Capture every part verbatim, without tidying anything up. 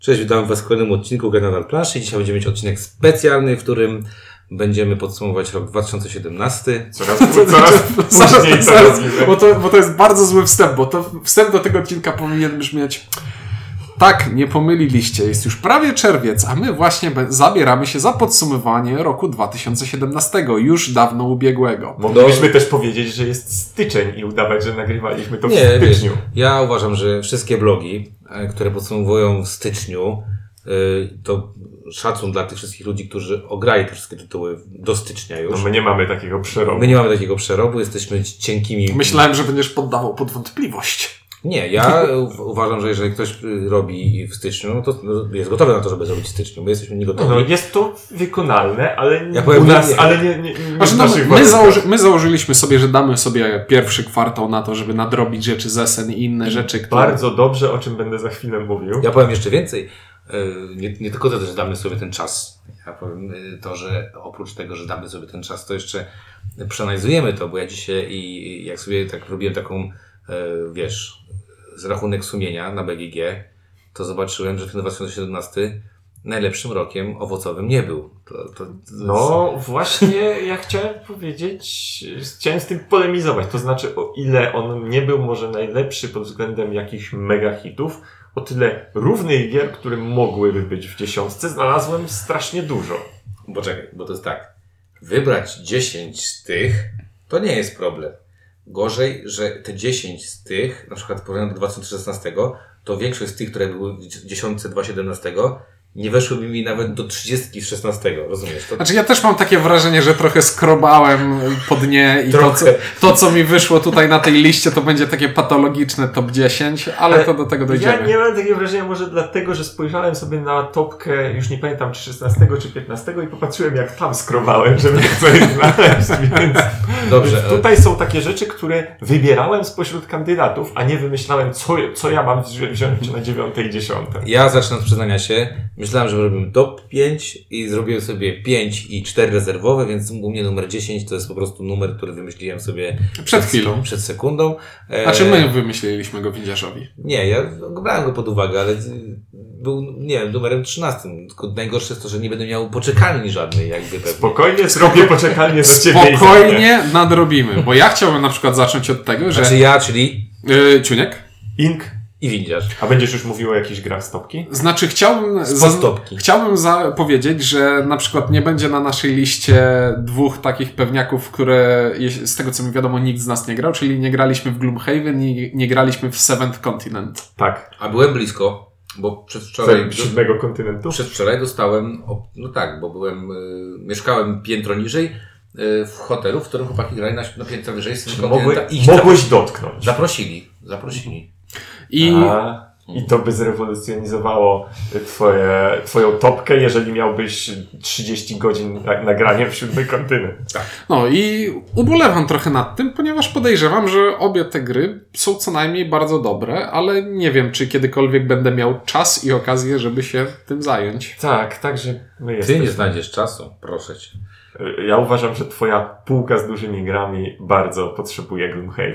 Cześć, witam Was w kolejnym odcinku Gry na planszy. Dzisiaj będziemy mieć odcinek specjalny, w którym będziemy podsumować rok dwa tysiące siedemnasty. Coraz, coraz później to zaraz, robimy. bo, to, bo to jest bardzo zły wstęp, bo to wstęp do tego odcinka powinien brzmieć: tak, nie pomyliliście, jest już prawie czerwiec, a my właśnie be- zabieramy się za podsumowanie roku dwa tysiące siedemnastego, już dawno ubiegłego. Moglibyśmy też powiedzieć, że jest styczeń i udawać, że nagrywaliśmy to w Nie, wiesz, styczniu. ja uważam, że wszystkie blogi, e, które podsumowują w styczniu, e, to szacun dla tych wszystkich ludzi, którzy ograli te wszystkie tytuły do stycznia już. No my nie mamy takiego przerobu. My nie mamy takiego przerobu, jesteśmy cienkimi. Myślałem, że będziesz poddawał pod wątpliwość. Nie, ja u- uważam, że jeżeli ktoś y, robi w styczniu, no to no, jest gotowy na to, żeby zrobić w styczniu. My jesteśmy niegotowi. No, jest to wykonalne, ale nie Ja powiem, u nas, nie- ale nie, nie, nie Znaczy, w no, naszych my, warunkach. założy, my założyliśmy sobie, że damy sobie pierwszy kwartał na to, żeby nadrobić rzeczy z Essen i inne rzeczy, które... Bardzo dobrze, o czym będę za chwilę mówił. Ja powiem jeszcze więcej. Y, Nie, nie tylko to, że damy sobie ten czas. Ja powiem y, to, że oprócz tego, że damy sobie ten czas, to jeszcze przeanalizujemy to, bo ja dzisiaj i jak sobie tak robiłem taką, y, wiesz, z rachunek sumienia na B G G, to zobaczyłem, że ten dwa tysiące siedemnasty najlepszym rokiem owocowym nie był. To, to, to No właśnie, ja chciałem powiedzieć, chciałem z tym polemizować. To znaczy, o ile on nie był może najlepszy pod względem jakichś mega hitów, o tyle równych gier, które mogłyby być w dziesiątce, znalazłem strasznie dużo. Bo czekaj, bo to jest tak. Wybrać dziesięć z tych, to nie jest problem. Gorzej, że te dziesięć z tych, na przykład porównania do dwa tysiące szesnastego, to większość z tych, które były w dziesiątce dwa tysiące siedemnastego, nie weszłyby mi nawet do trzydziestki z szesnastego, rozumiesz? To... Znaczy ja też mam takie wrażenie, że trochę skrobałem po dnie i to co, to, co mi wyszło tutaj na tej liście, to będzie takie patologiczne top dziesięć, ale, ale to do tego dojdziemy. Ja nie mam takiego wrażenia, może dlatego, że spojrzałem sobie na topkę, już nie pamiętam, czy szesnastego, czy piętnastego i popatrzyłem, jak tam skrobałem, żeby coś znaleźć, więc... Dobrze. Więc tutaj są takie rzeczy, które wybierałem spośród kandydatów, a nie wymyślałem, co, co ja mam wziąć na dziewiąte i dziesiąte. Ja zacznę od przyznania się. Myślałem, że robimy top pięć i zrobiłem sobie pięć i cztery rezerwowe, więc u mnie numer dziesięć to jest po prostu numer, który wymyśliłem sobie Przed chwilą. Przed sekundą. E... Znaczy my wymyśliliśmy go windziarzowi. Nie, ja brałem go pod uwagę, ale był, nie wiem, numerem trzynastym. Tylko najgorsze jest to, że nie będę miał poczekalni żadnej, jakby pewnie. Spokojnie zrobię poczekalnie za ciebie. Spokojnie nadrobimy, bo ja chciałbym na przykład zacząć od tego, że... Znaczy ja, czyli Yy, Ciuniek? Ink. i windziarz. A będziesz już mówił o jakichś grach z topki? Znaczy chciałbym, Spod topki. chciałbym za- powiedzieć, że na przykład nie będzie na naszej liście dwóch takich pewniaków, które jeś- z tego co mi wiadomo nikt z nas nie grał, czyli nie graliśmy w Gloomhaven i nie graliśmy w Seventh Continent. Tak. A byłem blisko, bo przedwczoraj, Z siódmego kontynentu? przedwczoraj dostałem, op- no tak, bo byłem, y, mieszkałem piętro niżej y, w hotelu, w którym chłopaki grali na, na piętro wyżej z Czyli kontynenta. mogłeś, Ich mogłeś dotknąć. Zaprosili, zaprosili. I A, I to by zrewolucjonizowało twoje, twoją topkę, jeżeli miałbyś trzydzieści godzin na- nagrania w siódmy kontynent. no i ubolewam trochę nad tym, ponieważ podejrzewam, że obie te gry są co najmniej bardzo dobre, ale nie wiem, czy kiedykolwiek będę miał czas i okazję, żeby się tym zająć. Tak, także my Ty jesteśmy. nie znajdziesz czasu, proszę cię. Ja uważam, że twoja półka z dużymi grami bardzo potrzebuje Gloomhaven.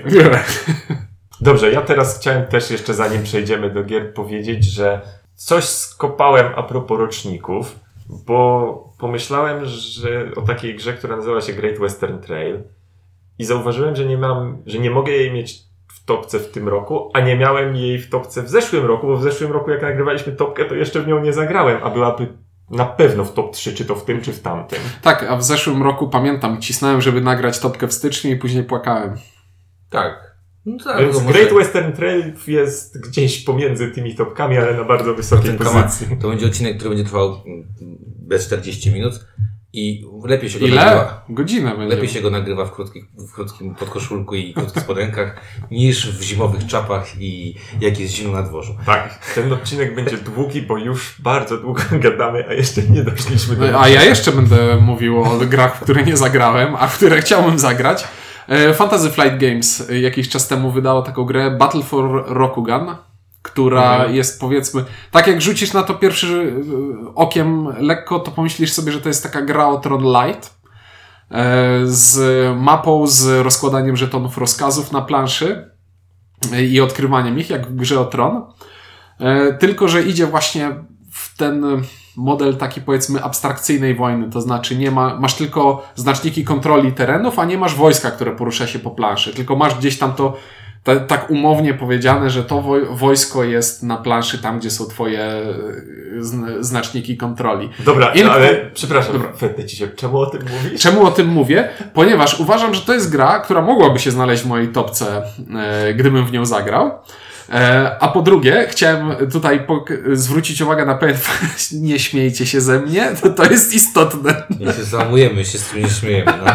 Dobrze, ja teraz chciałem też jeszcze, zanim przejdziemy do gier, powiedzieć, że coś skopałem a propos roczników, bo pomyślałem, że o takiej grze, która nazywa się Great Western Trail i zauważyłem, że nie mam, że nie mogę jej mieć w topce w tym roku, a nie miałem jej w topce w zeszłym roku, bo w zeszłym roku jak nagrywaliśmy topkę, to jeszcze w nią nie zagrałem, a byłaby na pewno w top trzy, czy to w tym, czy w tamtym. Tak, a w zeszłym roku pamiętam, cisnąłem, żeby nagrać topkę w styczniu i później płakałem. Tak. No tak, Więc to może- Great Western Trail jest gdzieś pomiędzy tymi topkami, ale na bardzo wysokiej ten kama- pozycji. To będzie odcinek, który będzie trwał mm, bez czterdziestu minut i lepiej się go Ile? nagrywa. Godzinę będzie. Lepiej się go nagrywa w, krótkich, w krótkim podkoszulku i krótkich spodenkach niż w zimowych czapach i jak jest zimno na dworzu. Tak, ten odcinek będzie długi, bo już bardzo długo gadamy, a jeszcze nie doszliśmy do... A ja jeszcze będę mówił o grach, w które nie zagrałem, a w które chciałbym zagrać. E, Fantasy Flight Games jakiś czas temu wydało taką grę Battle for Rokugan, która Mhm. jest, powiedzmy, tak jak rzucisz na to pierwszy e, okiem lekko, to pomyślisz sobie, że to jest taka gra o Tron Light e, z mapą, z rozkładaniem żetonów rozkazów na planszy e, i odkrywaniem ich, jak w grze o Tron. E, tylko, że idzie właśnie ten model taki powiedzmy abstrakcyjnej wojny, to znaczy nie ma, masz tylko znaczniki kontroli terenów, a nie masz wojska, które porusza się po planszy, tylko masz gdzieś tam to ta, tak umownie powiedziane, że to woj, wojsko jest na planszy tam, gdzie są twoje zn, znaczniki kontroli. Dobra, In... ale przepraszam, Dobra. wetnę ci się, czemu o tym mówisz? Czemu o tym mówię? Ponieważ uważam, że to jest gra, która mogłaby się znaleźć w mojej topce, e, gdybym w nią zagrał. E, a po drugie, chciałem tutaj pok- zwrócić uwagę na pewien fakt, nie śmiejcie się ze mnie, to, to jest istotne. Nie się załamujemy, się z tym nie śmiejemy. No.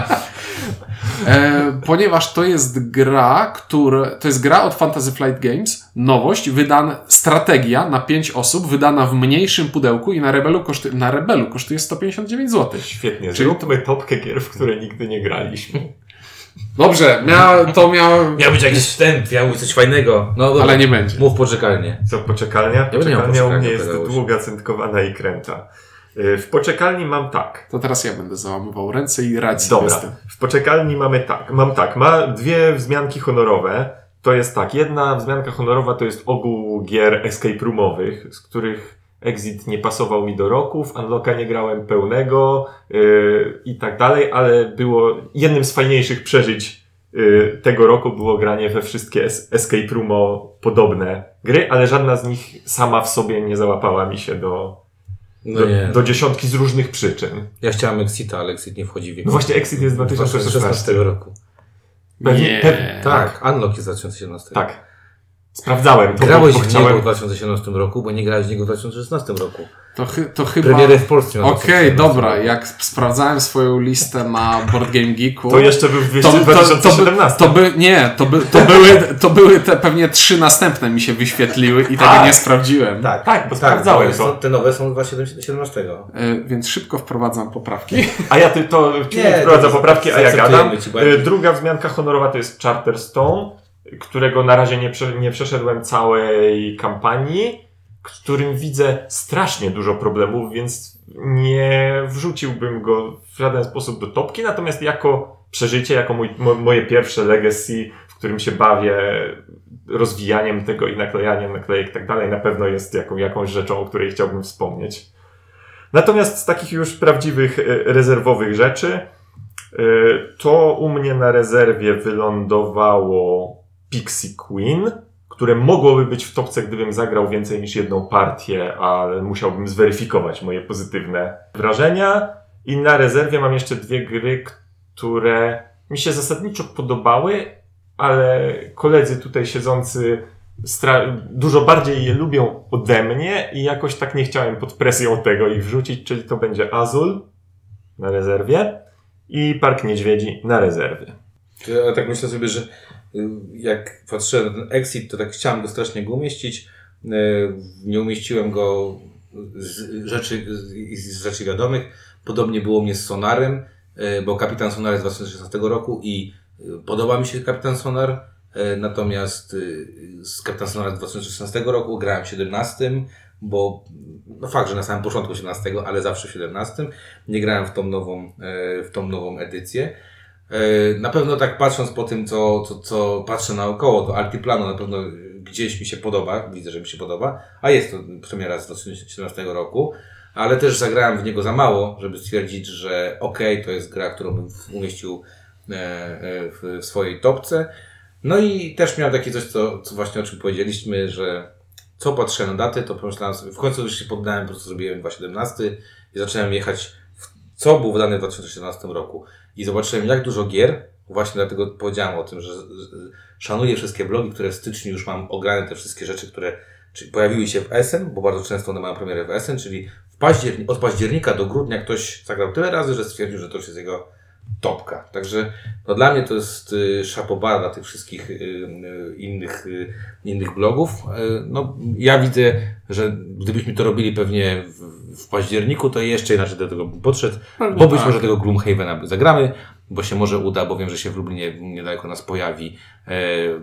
E, ponieważ to jest gra, która, to jest gra od Fantasy Flight Games, nowość, wydana, strategia na pięć osób, wydana w mniejszym pudełku i na Rebelu kosztuje, na Rebelu kosztuje sto pięćdziesiąt dziewięć złotych. Świetnie, Czyli- zróbmy topkę gier, w które nigdy nie graliśmy. Dobrze, miał, to miał, Miał być jakiś wstęp, miał być coś fajnego. No dobra, ale nie będzie. mów poczekalnie. Co, poczekalnia? Ja bym nie miał Poczekalnia u mnie poczekalni, jest Tadeusz. długa, cyntkowana i kręta. Y, W poczekalni mam tak. To teraz ja będę załamywał ręce i radź sobie Dobra, z tym. w poczekalni mamy tak. Mam tak, ma dwie wzmianki honorowe. To jest tak, jedna wzmianka honorowa to jest ogół gier escape roomowych, z których Exit nie pasował mi do roku, w Unlocka nie grałem pełnego yy, i tak dalej, ale było jednym z fajniejszych przeżyć yy, tego roku było granie we wszystkie es- escape roomo podobne gry, ale żadna z nich sama w sobie nie załapała mi się do, No do, nie. do dziesiątki z różnych przyczyn. Ja chciałem Exita, ale Exit nie wchodzi w jego. No właśnie Exit jest z dwa tysiące szesnastego roku. Pewnie- Nie. pe- Tak, Unlock jest z dwa tysiące siedemnastego. Tak. Sprawdzałem to, Grałeś bo w chciałem... niego w dwa tysiące siedemnastym roku, bo nie grałeś w niego w dwa tysiące szesnastym roku. To, chy, to chyba... Premierę w Polsce miał w Okej, dwa tysiące siedemnastym dobra, roku. jak sprawdzałem swoją listę na Board Game Geeku... To jeszcze był w to, dwa tysiące siedemnastym. To, by, nie, to, by, to, były, to były te pewnie trzy następne mi się wyświetliły i tego Tak. nie sprawdziłem. Tak, Tak, bo tak, sprawdzałem jest to. Te nowe są z dwa tysiące siedemnastego. Y, więc szybko wprowadzam poprawki. A ja ty to Nie, nie, wprowadza to poprawki, a ja zaakceptujemy gadam. ci bardziej. Y, Druga wzmianka honorowa to jest Charterstone, którego na razie nie, prze, nie przeszedłem całej kampanii, którym widzę strasznie dużo problemów, więc nie wrzuciłbym go w żaden sposób do topki, natomiast jako przeżycie, jako mój, mo, moje pierwsze legacy, w którym się bawię rozwijaniem tego i naklejaniem naklejek i tak dalej, na pewno jest jaką, jakąś rzeczą, o której chciałbym wspomnieć. Natomiast z takich już prawdziwych, e, rezerwowych rzeczy, e, to u mnie na rezerwie wylądowało Pixie Queen, które mogłoby być w topce, gdybym zagrał więcej niż jedną partię, ale musiałbym zweryfikować moje pozytywne wrażenia. I na rezerwie mam jeszcze dwie gry, które mi się zasadniczo podobały, ale koledzy tutaj siedzący stra- dużo bardziej je lubią ode mnie i jakoś tak nie chciałem pod presją tego ich wrzucić, czyli to będzie Azul na rezerwie i Park Niedźwiedzi na rezerwie. Ja tak myślę sobie, że y, jak patrzyłem na ten Exit, to tak chciałem go strasznie go umieścić. Y, Nie umieściłem go z rzeczy, z, z rzeczy wiadomych. Podobnie było mnie z Sonarem, y, bo Kapitan Sonar jest z dwa tysiące szesnastego roku i y, podoba mi się Kapitan Sonar. y, Natomiast y, z Kapitan Sonar z dwa tysiące szesnastego roku grałem w siedemnastym, bo no fakt, że na samym początku siedemnastego, ale zawsze w siedemnastym. Nie grałem w tą nową, y, w tą nową edycję. Na pewno tak patrząc po tym, co, co, co patrzę naokoło, to Altiplano na pewno gdzieś mi się podoba, widzę, że mi się podoba, a jest to premiera z dwa tysiące siedemnastego roku, ale też zagrałem w niego za mało, żeby stwierdzić, że okej, okay, to jest gra, którą bym umieścił w, w swojej topce. No i też miałem takie coś, co, co właśnie o czym powiedzieliśmy, że co patrzę na daty, to pomyślałem sobie, w końcu już się poddałem, po prostu zrobiłem dwa tysiące siedemnasty i zacząłem jechać w co było wydane w dwa tysiące siedemnastym roku. I zobaczyłem, jak dużo gier, właśnie dlatego powiedziałem o tym, że szanuję wszystkie blogi, które w styczniu już mam ograne te wszystkie rzeczy, które czyli pojawiły się w Essen, bo bardzo często one mają premierę w Essen, czyli w październi- od października do grudnia ktoś zagrał tyle razy, że stwierdził, że to już jest jego topka. Także no, dla mnie to jest y, szapobara dla tych wszystkich y, y, innych, y, innych blogów. Y, no, ja widzę, że gdybyśmy to robili pewnie w, w październiku, to jeszcze inaczej do tego bym podszedł, bo być tak. może tego Gloomhavena zagramy, bo się może uda, bo wiem, że się w Lublinie niedaleko nas pojawi. E,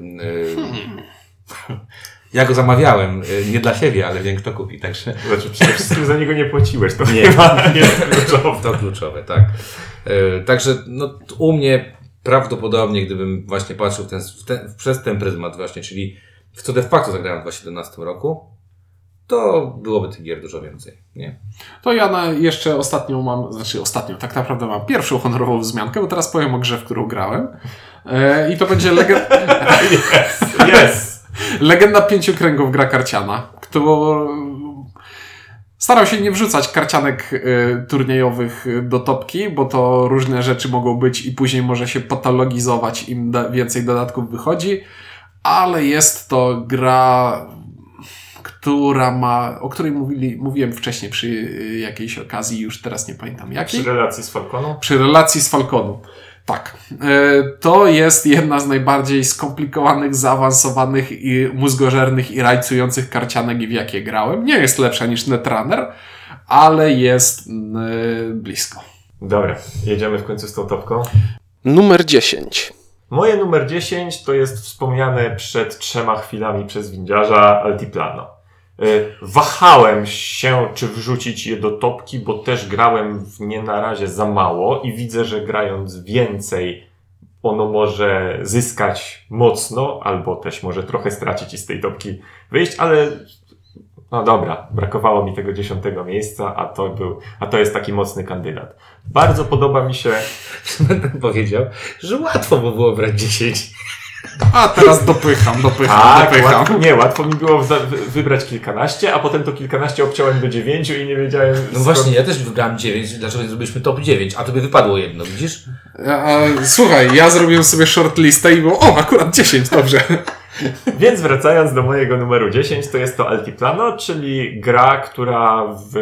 e, ja go zamawiałem, e, nie dla siebie, ale wiem kto kupi, także... Znaczy przede wszystkim za niego nie płaciłeś, to Nie. chyba jest kluczowe. To kluczowe, tak. E, także no, u mnie prawdopodobnie, gdybym właśnie patrzył w ten, w ten, przez ten pryzmat właśnie, czyli w co de facto zagrałem w dwa tysiące siedemnastym roku, to byłoby tych gier dużo więcej, nie? To ja na jeszcze ostatnią mam, znaczy ostatnią, tak naprawdę mam pierwszą honorową wzmiankę, bo teraz powiem o grze, w którą grałem. E, I to będzie legend... Yes, yes. Legenda Pięciu Kręgów, gra karciana, którą starał się nie wrzucać karcianek y, turniejowych do topki, bo to różne rzeczy mogą być i później może się patologizować, im da- więcej dodatków wychodzi, ale jest to gra, która ma, o której mówili, mówiłem wcześniej przy y, jakiejś okazji, już teraz nie pamiętam jakiej. Przy relacji z Falconą? Przy relacji z Falconu. Tak. To jest jedna z najbardziej skomplikowanych, zaawansowanych i mózgożernych i rajcujących karcianek, w jakie grałem. Nie jest lepsza niż Netrunner, ale jest blisko. Dobra, jedziemy w końcu z tą topką. Numer dziesięć. Moje numer dziesięć to jest wspomniane przed trzema chwilami przez windziarza Altiplano. Yy, wahałem się, czy wrzucić je do topki, bo też grałem w nie na razie za mało i widzę, że grając więcej ono może zyskać mocno, albo też może trochę stracić i z tej topki wyjść, ale no dobra, brakowało mi tego dziesiątego miejsca, a to był, a to jest taki mocny kandydat. Bardzo podoba mi się... Będę powiedział, że łatwo by było brać dziesięć. A teraz dopycham, dopycham, Tak, dopycham. łatwo, nie, łatwo mi było wza- wy- wybrać kilkanaście, a potem to kilkanaście obciąłem do dziewięciu i nie wiedziałem... No skąd- właśnie, ja też wybrałem dziewięć, dlaczego nie zrobiliśmy top dziewięć, a tobie wypadło jedno, widzisz? A, słuchaj, ja zrobiłem sobie shortlistę i było, o, akurat dziesięć, dobrze. Więc wracając do mojego numeru dziesięć, to jest to Altiplano, czyli gra, która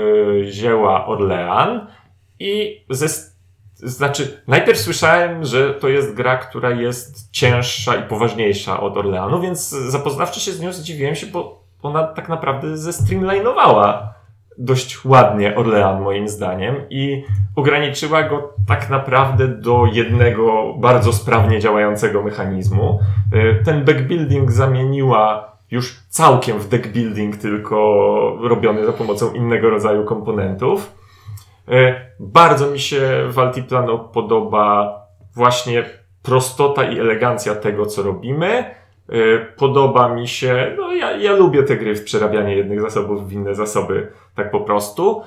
wzięła Orlean i ze... Znaczy, najpierw słyszałem, że to jest gra, która jest cięższa i poważniejsza od Orleanu, więc zapoznawszy się z nią zdziwiłem się, bo ona tak naprawdę zestreamlinowała dość ładnie Orlean moim zdaniem i ograniczyła go tak naprawdę do jednego bardzo sprawnie działającego mechanizmu. Ten backbuilding zamieniła już całkiem w deckbuilding, tylko robiony za pomocą innego rodzaju komponentów. Bardzo mi się w Altiplano podoba właśnie prostota i elegancja tego, co robimy. Podoba mi się, no ja, ja lubię te gry w przerabianie jednych zasobów w inne zasoby, tak po prostu.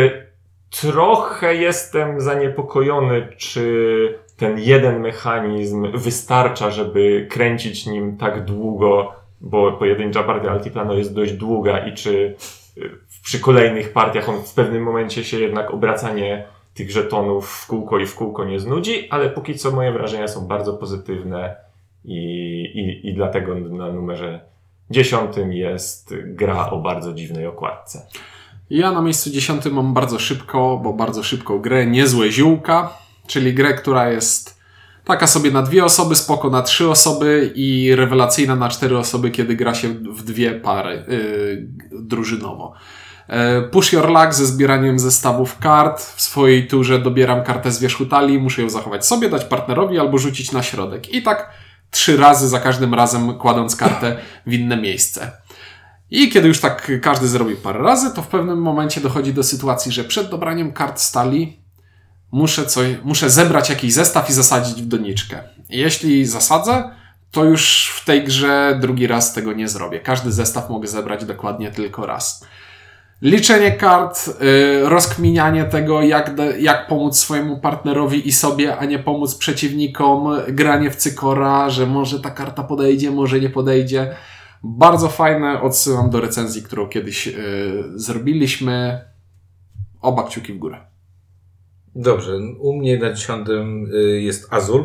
Trochę jestem zaniepokojony, czy ten jeden mechanizm wystarcza, żeby kręcić nim tak długo, bo pojedyncza partia Altiplano jest dość długa i czy przy kolejnych partiach on w pewnym momencie się jednak obracanie tych żetonów w kółko i w kółko nie znudzi, ale póki co moje wrażenia są bardzo pozytywne i, i, i dlatego na numerze dziesiątym jest gra o bardzo dziwnej okładce. Ja na miejscu dziesiątym mam bardzo szybko, bo bardzo szybką grę Niezłe Ziółka, czyli grę, która jest taka sobie na dwie osoby, spoko na trzy osoby i rewelacyjna na cztery osoby, kiedy gra się w dwie pary yy, drużynowo. Yy, push your luck ze zbieraniem zestawów kart. W swojej turze dobieram kartę z wierzchu talii, muszę ją zachować sobie, dać partnerowi albo rzucić na środek. I tak trzy razy za każdym razem kładąc kartę w inne miejsce. I kiedy już tak każdy zrobi parę razy, to w pewnym momencie dochodzi do sytuacji, że przed dobraniem kart z talii muszę, coś, muszę zebrać jakiś zestaw i zasadzić w doniczkę. I jeśli zasadzę, to już w tej grze drugi raz tego nie zrobię. Każdy zestaw mogę zebrać dokładnie tylko raz. Liczenie kart, yy, rozkminianie tego, jak, de, jak pomóc swojemu partnerowi i sobie, a nie pomóc przeciwnikom, granie w cykora, że może ta karta podejdzie, może nie podejdzie. Bardzo fajne, odsyłam do recenzji, którą kiedyś yy, zrobiliśmy. Oba kciuki w górę. Dobrze, u mnie na dziesiątym jest Azul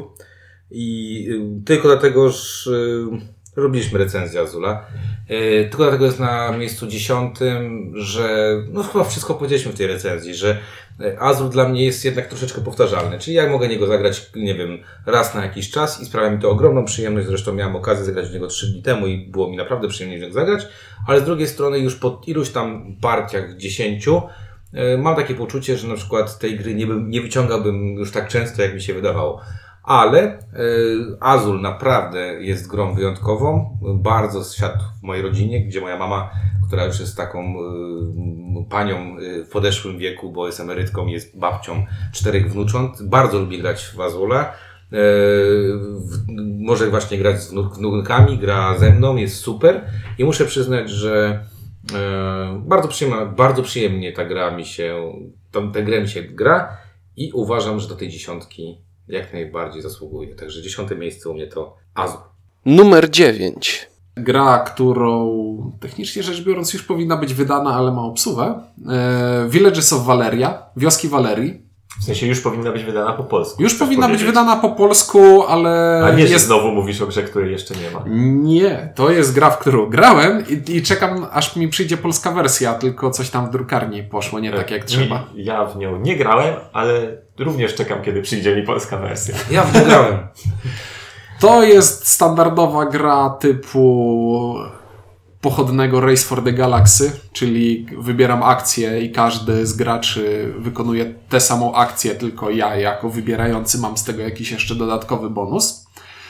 i tylko dlatego, że robiliśmy recenzję Azula, tylko dlatego jest na miejscu dziesiątym, że no chyba wszystko powiedzieliśmy w tej recenzji, że Azul dla mnie jest jednak troszeczkę powtarzalny, czyli ja mogę niego zagrać, nie wiem, raz na jakiś czas i sprawia mi to ogromną przyjemność, zresztą miałem okazję zagrać w niego trzy dni temu i było mi naprawdę przyjemnie w niego zagrać, ale z drugiej strony już po iluś tam partiach, dziesięciu, mam takie poczucie, że na przykład tej gry nie, bym, nie wyciągałbym już tak często, jak mi się wydawało. Ale y, Azul naprawdę jest grą wyjątkową. Bardzo zsiadł w mojej rodzinie, gdzie moja mama, która już jest taką y, panią y, w podeszłym wieku, bo jest emerytką, jest babcią czterech wnucząt, bardzo lubi grać w Azula. Y, w, może właśnie grać z wnukami, gra ze mną, jest super. I muszę przyznać, że E, bardzo, przyjemna, bardzo przyjemnie ta gra mi się, tą, tę grę mi się gra i uważam, że do tej dziesiątki jak najbardziej zasługuje. Także dziesiąte miejsce u mnie to Azur. Numer dziewięć. Gra, którą technicznie rzecz biorąc już powinna być wydana, ale ma obsuwę. E, Villages of Valeria, Wioski Walerii. W sensie już powinna być wydana po polsku. Już chcesz powinna powiedzieć? być wydana po polsku, ale... A nie, że jest... znowu mówisz o grze, której jeszcze nie ma. Nie, to jest gra, w którą grałem i, i czekam, aż mi przyjdzie polska wersja, tylko coś tam w drukarni poszło nie tak jak trzeba. Mi, ja w nią nie grałem, ale również czekam, kiedy przyjdzie mi polska wersja. Ja w to grałem. To jest standardowa gra typu pochodnego Race for the Galaxy, czyli wybieram akcję i każdy z graczy wykonuje tę samą akcję, tylko ja jako wybierający mam z tego jakiś jeszcze dodatkowy bonus.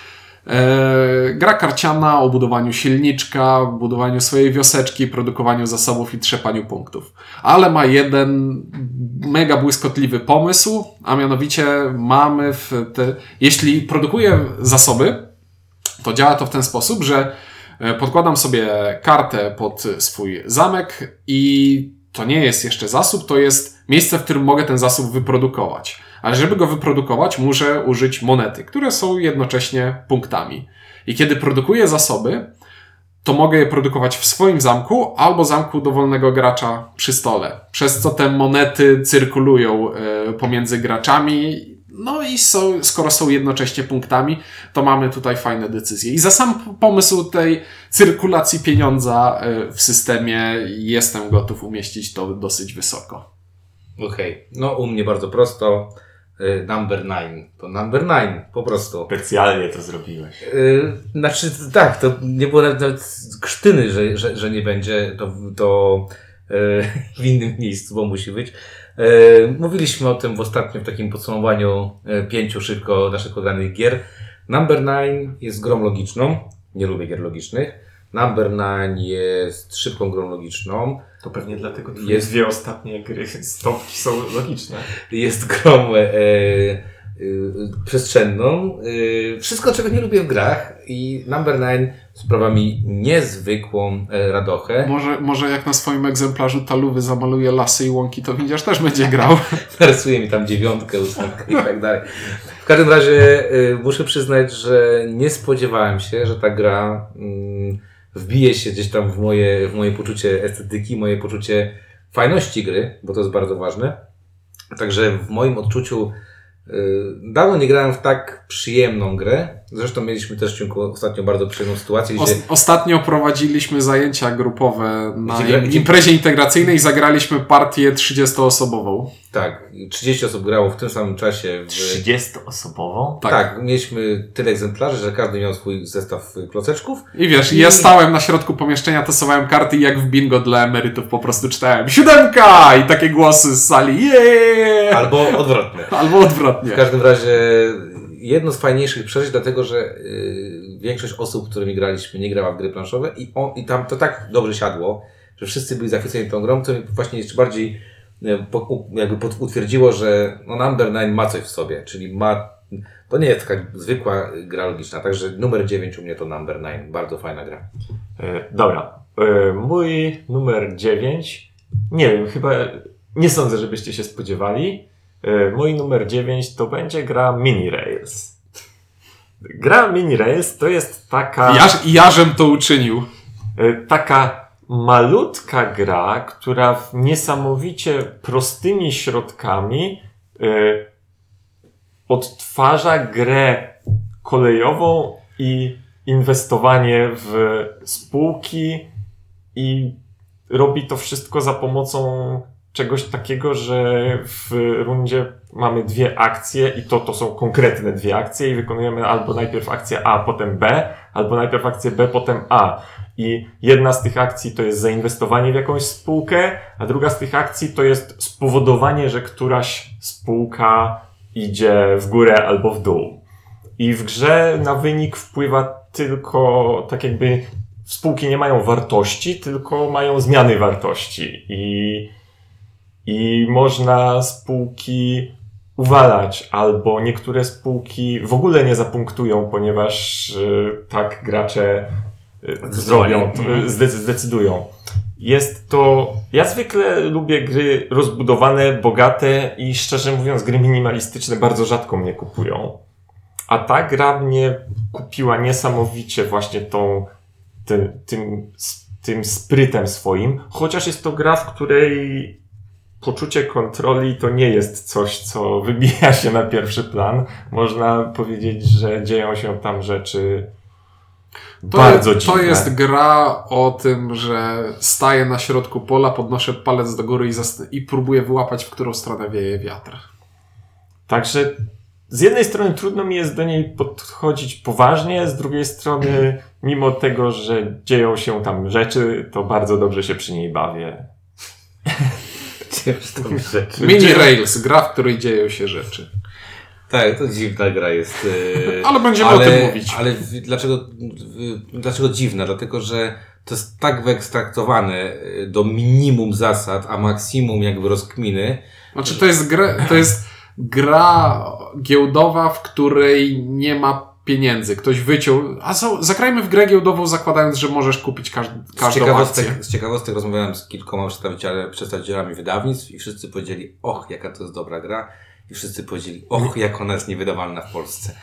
Eee, gra karciana o budowaniu silniczka, budowaniu swojej wioseczki, produkowaniu zasobów i trzepaniu punktów. Ale ma jeden mega błyskotliwy pomysł, a mianowicie mamy w te... Jeśli produkuję zasoby, to działa to w ten sposób, że podkładam sobie kartę pod swój zamek i to nie jest jeszcze zasób, to jest miejsce, w którym mogę ten zasób wyprodukować. Ale żeby go wyprodukować, muszę użyć monety, które są jednocześnie punktami. I kiedy produkuję zasoby, to mogę je produkować w swoim zamku albo zamku dowolnego gracza przy stole. Przez co te monety cyrkulują y, pomiędzy graczami. No i są, skoro są jednocześnie punktami, to mamy tutaj fajne decyzje. I za sam pomysł tej cyrkulacji pieniądza w systemie jestem gotów umieścić to dosyć wysoko. Okej, okay. No u mnie bardzo prosto. Y, number nine. To number nine, po prostu. Specjalnie to zrobiłeś. Yy, znaczy tak, to nie było nawet, nawet krztyny, że, że, że nie będzie to, to yy, w innym miejscu, bo musi być. Yy, mówiliśmy o tym w ostatnim w takim podsumowaniu yy, pięciu szybko naszych ogranych gier. Number nine jest grą logiczną. Nie lubię gier logicznych. Number nine jest szybką grą logiczną. To pewnie dlatego twoje jest dwie ostatnie gry stopki są logiczne. Jest grą e, e, przestrzenną. E, wszystko, czego nie lubię w grach, i Number nine sprawia mi niezwykłą e, radochę. Może, może jak na swoim egzemplarzu taluwy zamaluje lasy i łąki, to widzisz, też będzie grał. Narysuje mi tam dziewiątkę, ósemkę i tak dalej. W każdym razie e, muszę przyznać, że nie spodziewałem się, że ta gra mm, wbije się gdzieś tam w moje, w moje poczucie estetyki, moje poczucie fajności gry, bo to jest bardzo ważne. Także w moim odczuciu yy, dawno nie grałem w tak przyjemną grę. Zresztą mieliśmy też w ciągu ostatnio bardzo przyjemną sytuację, gdzie... Os- ostatnio prowadziliśmy zajęcia grupowe na Gdzie gra- im- imprezie integracyjnej i zagraliśmy partię trzydziestoosobową. Tak, trzydzieści osób grało w tym samym czasie. W... trzydziestoosobową? Tak. tak, mieliśmy tyle egzemplarzy, że każdy miał swój zestaw kloceczków. I wiesz, I- ja stałem na środku pomieszczenia, tasowałem karty i jak w bingo dla emerytów po prostu czytałem siódemka! I takie głosy z sali yeah! Albo odwrotnie. Albo odwrotnie. W każdym razie jedno z fajniejszych przeżyć, dlatego że yy, większość osób, z którymi graliśmy, nie grała w gry planszowe i, on, i tam to tak dobrze siadło, że wszyscy byli zachwyceni tą grą, co mi właśnie jeszcze bardziej yy, po, u, jakby pod, utwierdziło, że no, Number nine ma coś w sobie, czyli ma, to nie jest taka zwykła gra logiczna, także numer dziewięć u mnie to Number nine, bardzo fajna gra. E, dobra, e, mój numer dziewięć, nie wiem, chyba nie sądzę, żebyście się spodziewali. Mój numer dziewięć to będzie gra Mini Rails. Gra Mini Rails to jest taka... Ja, ja żem to uczynił. Taka malutka gra, która w niesamowicie prostymi środkami y, odtwarza grę kolejową i inwestowanie w spółki i robi to wszystko za pomocą czegoś takiego, że w rundzie mamy dwie akcje i to, to są konkretne dwie akcje i wykonujemy albo najpierw akcję A, potem B, albo najpierw akcję B, potem A. I jedna z tych akcji to jest zainwestowanie w jakąś spółkę, a druga z tych akcji to jest spowodowanie, że któraś spółka idzie w górę albo w dół. I w grze na wynik wpływa tylko tak jakby spółki nie mają wartości, tylko mają zmiany wartości i I można spółki uwalać, albo niektóre spółki w ogóle nie zapunktują, ponieważ y, tak gracze zrobią, zdecydują. Jest to... Ja zwykle lubię gry rozbudowane, bogate i szczerze mówiąc gry minimalistyczne bardzo rzadko mnie kupują. A ta gra mnie kupiła niesamowicie właśnie tą, tym, tym, tym sprytem swoim, chociaż jest to gra, w której poczucie kontroli to nie jest coś, co wybija się na pierwszy plan. Można powiedzieć, że dzieją się tam rzeczy To bardzo jest, dziwne. to jest gra o tym, że staję na środku pola, podnoszę palec do góry i, zast- i próbuję wyłapać, w którą stronę wieje wiatr. Także z jednej strony trudno mi jest do niej podchodzić poważnie, z drugiej strony mimo tego, że dzieją się tam rzeczy, to bardzo dobrze się przy niej bawię. Mini Rails, gra, w której dzieją się rzeczy. Tak, to dziwna gra jest. Yy, Ale będziemy o tym mówić. Ale w, dlaczego, w, dlaczego dziwna? Dlatego, że to jest tak wyekstraktowane do minimum zasad, a maksimum jakby rozkminy. Znaczy to jest gra, to jest gra giełdowa, w której nie ma pieniędzy. Ktoś wyciął... A co, zagrajmy w grę giełdową, zakładając, że możesz kupić każd- Z każdą ciekawostek, akcję. z ciekawostek rozmawiałem z kilkoma przedstawiciele, przedstawicielami wydawnictw i wszyscy powiedzieli, och, jaka to jest dobra gra. I wszyscy powiedzieli, och, jak ona jest niewydawalna w Polsce.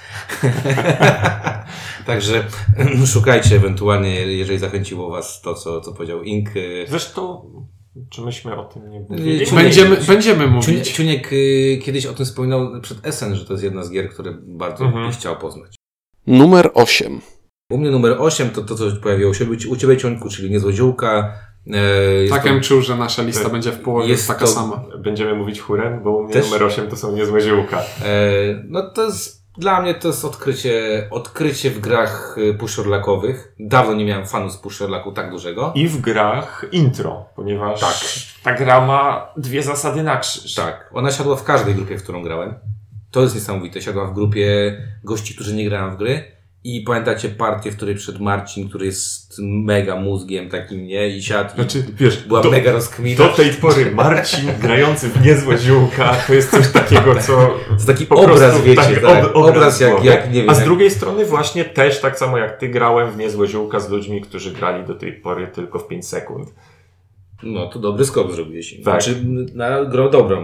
Także szukajcie ewentualnie, jeżeli zachęciło was to, co, co powiedział Ink. Zresztą, czy myśmy o tym nie mówili? Ciuniek- Będziemy, będziemy Ciuniek, mówić. Ciuniek y, kiedyś o tym wspominał przed Essen, że to jest jedna z gier, które bardzo Mhm. byś chciał poznać. Numer osiem. U mnie numer osiem to to, co pojawiło się u Ciebie, Ciuńku, czyli Niezłodziółka. E, jest Tak to- bym czuł, że nasza lista będzie w połowie jest taka to- sama. Będziemy mówić chórem, bo u mnie Też? numer osiem to są niezłe ziółka. E, no to jest, dla mnie to jest odkrycie, odkrycie w grach y, pushorlakowych. Dawno nie miałem fanu z pushorlaku tak dużego. I w grach intro, ponieważ Tak. ta gra ma dwie zasady na krzyż. Tak, ona siadła w każdej grupie, w którą grałem. To jest niesamowite. Siadła w grupie gości, którzy nie grają w gry. I pamiętacie partię, w której przyszedł Marcin, który jest mega mózgiem takim, nie? I siadł. Znaczy, i wiesz, była do, mega rozkmina. do tej pory Marcin grający w niezłe ziółka to jest coś takiego, co... To jest taki po obraz, prostu, wiecie, tak, tak, ob- obraz jak, głowy. jak, nie wiem. A z jak... drugiej strony właśnie też, tak samo jak ty, grałem w niezłe ziółka z ludźmi, którzy grali do tej pory tylko w pięć sekund. No, to dobry skok zrobiłeś. Tak. Znaczy, na grę dobrą.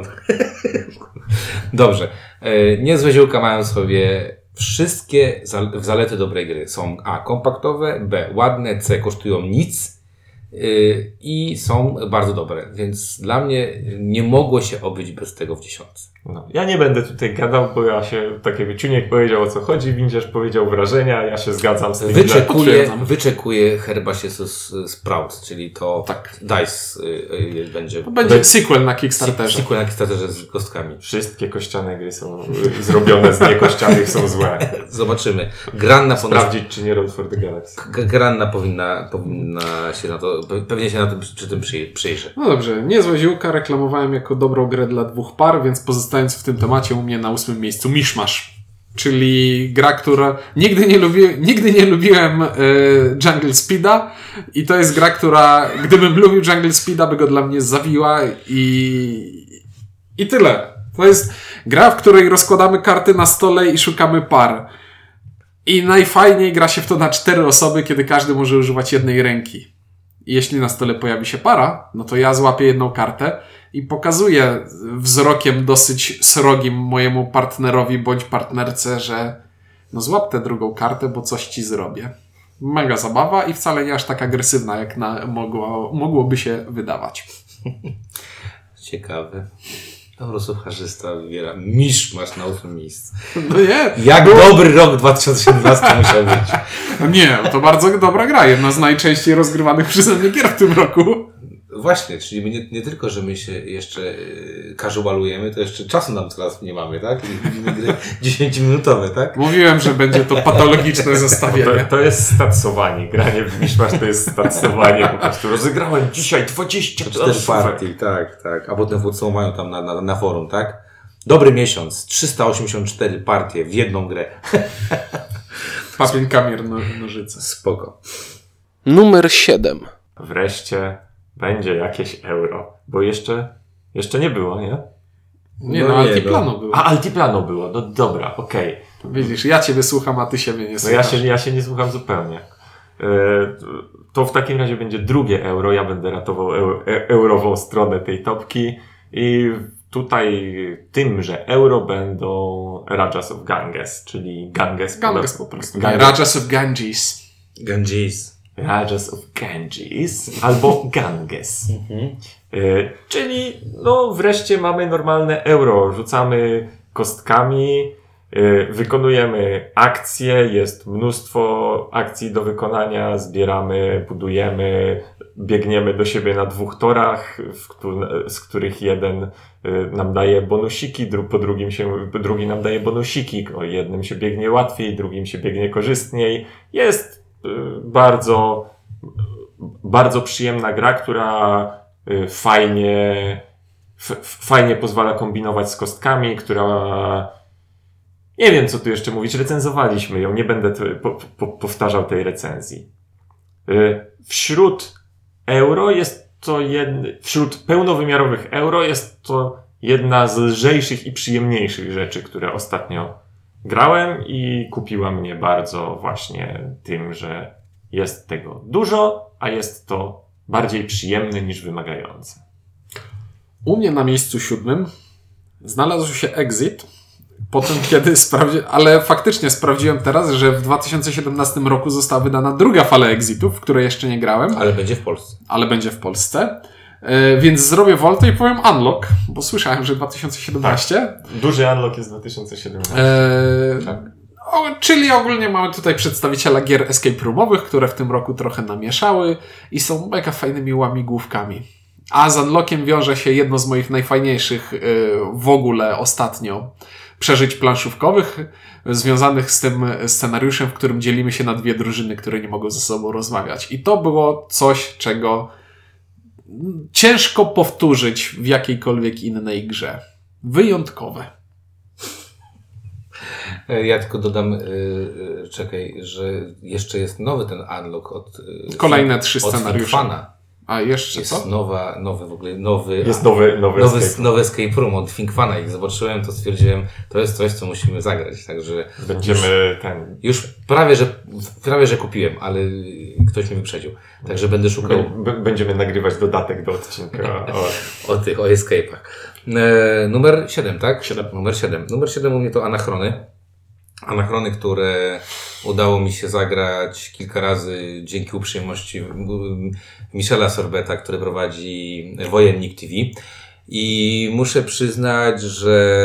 Dobrze. E, Niezłe ziółka mają sobie wszystkie zal- zalety dobrej gry. Są A. kompaktowe, B. ładne, C. kosztują nic y, i są bardzo dobre. Więc dla mnie nie mogło się obyć bez tego w dziesiątce. No, ja nie będę tutaj gadał, bo ja się, tak jakby Ciuniek powiedział, o co chodzi, Windziarz powiedział wrażenia, ja się zgadzam z tym. Wyczekuję, potwierdzam. wyczekuję Herbaceous Sprout, czyli to Tak. Dice y, y, będzie. To będzie sequel na Kickstarterze. Sequel na Kickstarterze z kostkami. Wszystkie kościane gry są y, zrobione z niekościanych, są złe. Zobaczymy. Granna ponoć Sprawdzić, czy nie Road for the Galaxy. G- Granna powinna, powinna się na to, pe- pewnie się na tym, przy tym przyj- przyjrzy. No dobrze, Niezłe ziółka reklamowałem jako dobrą grę dla dwóch par, więc pozostając w tym temacie u mnie na ósmym miejscu Mishmash. Czyli gra, która... Nigdy nie, lubi... Nigdy nie lubiłem y, Jungle Speeda i to jest gra, która... Gdybym lubił Jungle Speeda, by go dla mnie zabiła i... I tyle. To jest gra, w której rozkładamy karty na stole i szukamy par. I najfajniej gra się w to na cztery osoby, kiedy każdy może używać jednej ręki. I jeśli na stole pojawi się para, no to ja złapię jedną kartę i pokazuję wzrokiem dosyć srogim mojemu partnerowi bądź partnerce, że no złap tę drugą kartę, bo coś ci zrobię. Mega zabawa i wcale nie aż tak agresywna, jak na, mogło, mogłoby się wydawać. Ciekawe. Eurosłucharzysta wybiera Mishmash na ósmym miejscu. No nie, Jak dobry rok dwa tysiące siedemnasty musiał być. nie, to bardzo dobra gra. Jedna z najczęściej rozgrywanych przeze mnie gier w tym roku. Właśnie, czyli my nie, nie tylko, że my się jeszcze yy, casualujemy, to jeszcze czasu nam teraz nie mamy, tak? I lubimy gry dziesięciominutowe, tak? Mówiłem, że będzie to patologiczne To, zestawienie. to jest statsowanie. Granie w Mishmash to jest statsowanie. Po prostu rozegrałem dzisiaj dwadzieścia Cztery partii, tak, tak. A potem w podsumowaniu tam na, na, na forum, tak? Dobry miesiąc, trzysta osiemdziesiąt cztery partie w jedną grę. Papier, kamier, no, nożyce. Spoko. Numer siedem. Wreszcie będzie jakieś euro. Bo jeszcze, jeszcze nie było, nie? Nie, No no, nie, Altiplano było. A, Altiplano było. No dobra, okej. Widzisz, ja ciebie słucham, a ty siebie nie No słuchasz. ja się, ja się nie słucham zupełnie. To w takim razie będzie drugie euro. Ja będę ratował eu, e, eurową stronę tej topki i tutaj tymże euro będą Rajas of Ganges, czyli Ganges. Ganges po prostu. Ganges. Rajas of Ganges. Ganges. Rajas of Ganges albo Ganges. Y, czyli no wreszcie mamy normalne euro. Rzucamy kostkami, y, wykonujemy akcje, jest mnóstwo akcji do wykonania, zbieramy, budujemy, biegniemy do siebie na dwóch torach, w któ- z których jeden y, nam daje bonusiki, dru- po drugim się, po drugi nam daje bonusiki. O jednym się biegnie łatwiej, drugim się biegnie korzystniej. Jest y, bardzo, bardzo przyjemna gra, która y, fajnie, f- fajnie pozwala kombinować z kostkami, która nie wiem, co tu jeszcze mówić, recenzowaliśmy ją, nie będę t- po, po, powtarzał tej recenzji. Y, wśród euro jest to jedna, wśród pełnowymiarowych euro jest to jedna z lżejszych i przyjemniejszych rzeczy, które ostatnio grałem i kupiła mnie bardzo właśnie tym, że jest tego dużo, a jest to bardziej przyjemne niż wymagające. U mnie na miejscu siódmym znalazł się Exit. Po tym, kiedy sprawdzi... Ale faktycznie sprawdziłem teraz, że w dwa tysiące siedemnastym roku została wydana druga fala Exitów, w której jeszcze nie grałem, Ale będzie w Polsce. ale będzie w Polsce. E, więc zrobię woltę i powiem Unlock, bo słyszałem, że dwa tysiące siedemnaście. Duży unlock jest dwa tysiące siedemnasty. E, Tak. o, czyli ogólnie mamy tutaj przedstawiciela gier escape roomowych, które w tym roku trochę namieszały i są mega fajnymi łamigłówkami. A z Unlockiem wiąże się jedno z moich najfajniejszych y, w ogóle ostatnio przeżyć planszówkowych, związanych z tym scenariuszem, w którym dzielimy się na dwie drużyny, które nie mogą ze sobą rozmawiać. I to było coś, czego ciężko powtórzyć w jakiejkolwiek innej grze. Wyjątkowe. Ja tylko dodam, yy, czekaj, że jeszcze jest nowy ten unlock od... Yy, Kolejne trzy od scenariusze. Thinkfana. A jeszcze Jest co? nowa, nowy w ogóle, nowy... Jest nowy, nowy, Nowy, escape. nowy escape room od Thinkfana. Jak zobaczyłem, to stwierdziłem, to jest coś, co musimy zagrać. Także Będziemy ten... już prawie, że prawie, że kupiłem, ale ktoś mnie wyprzedził. Także będę szukał b- b- Będziemy nagrywać dodatek do odcinka o... o tych, o escape'ach. E, numer siedem, tak? siedem. Numer siedem. Numer siedem u mnie to Anachrony. Anachrony, które udało mi się zagrać kilka razy dzięki uprzejmości Michela Sorbeta, który prowadzi Wojennik T V. I muszę przyznać, że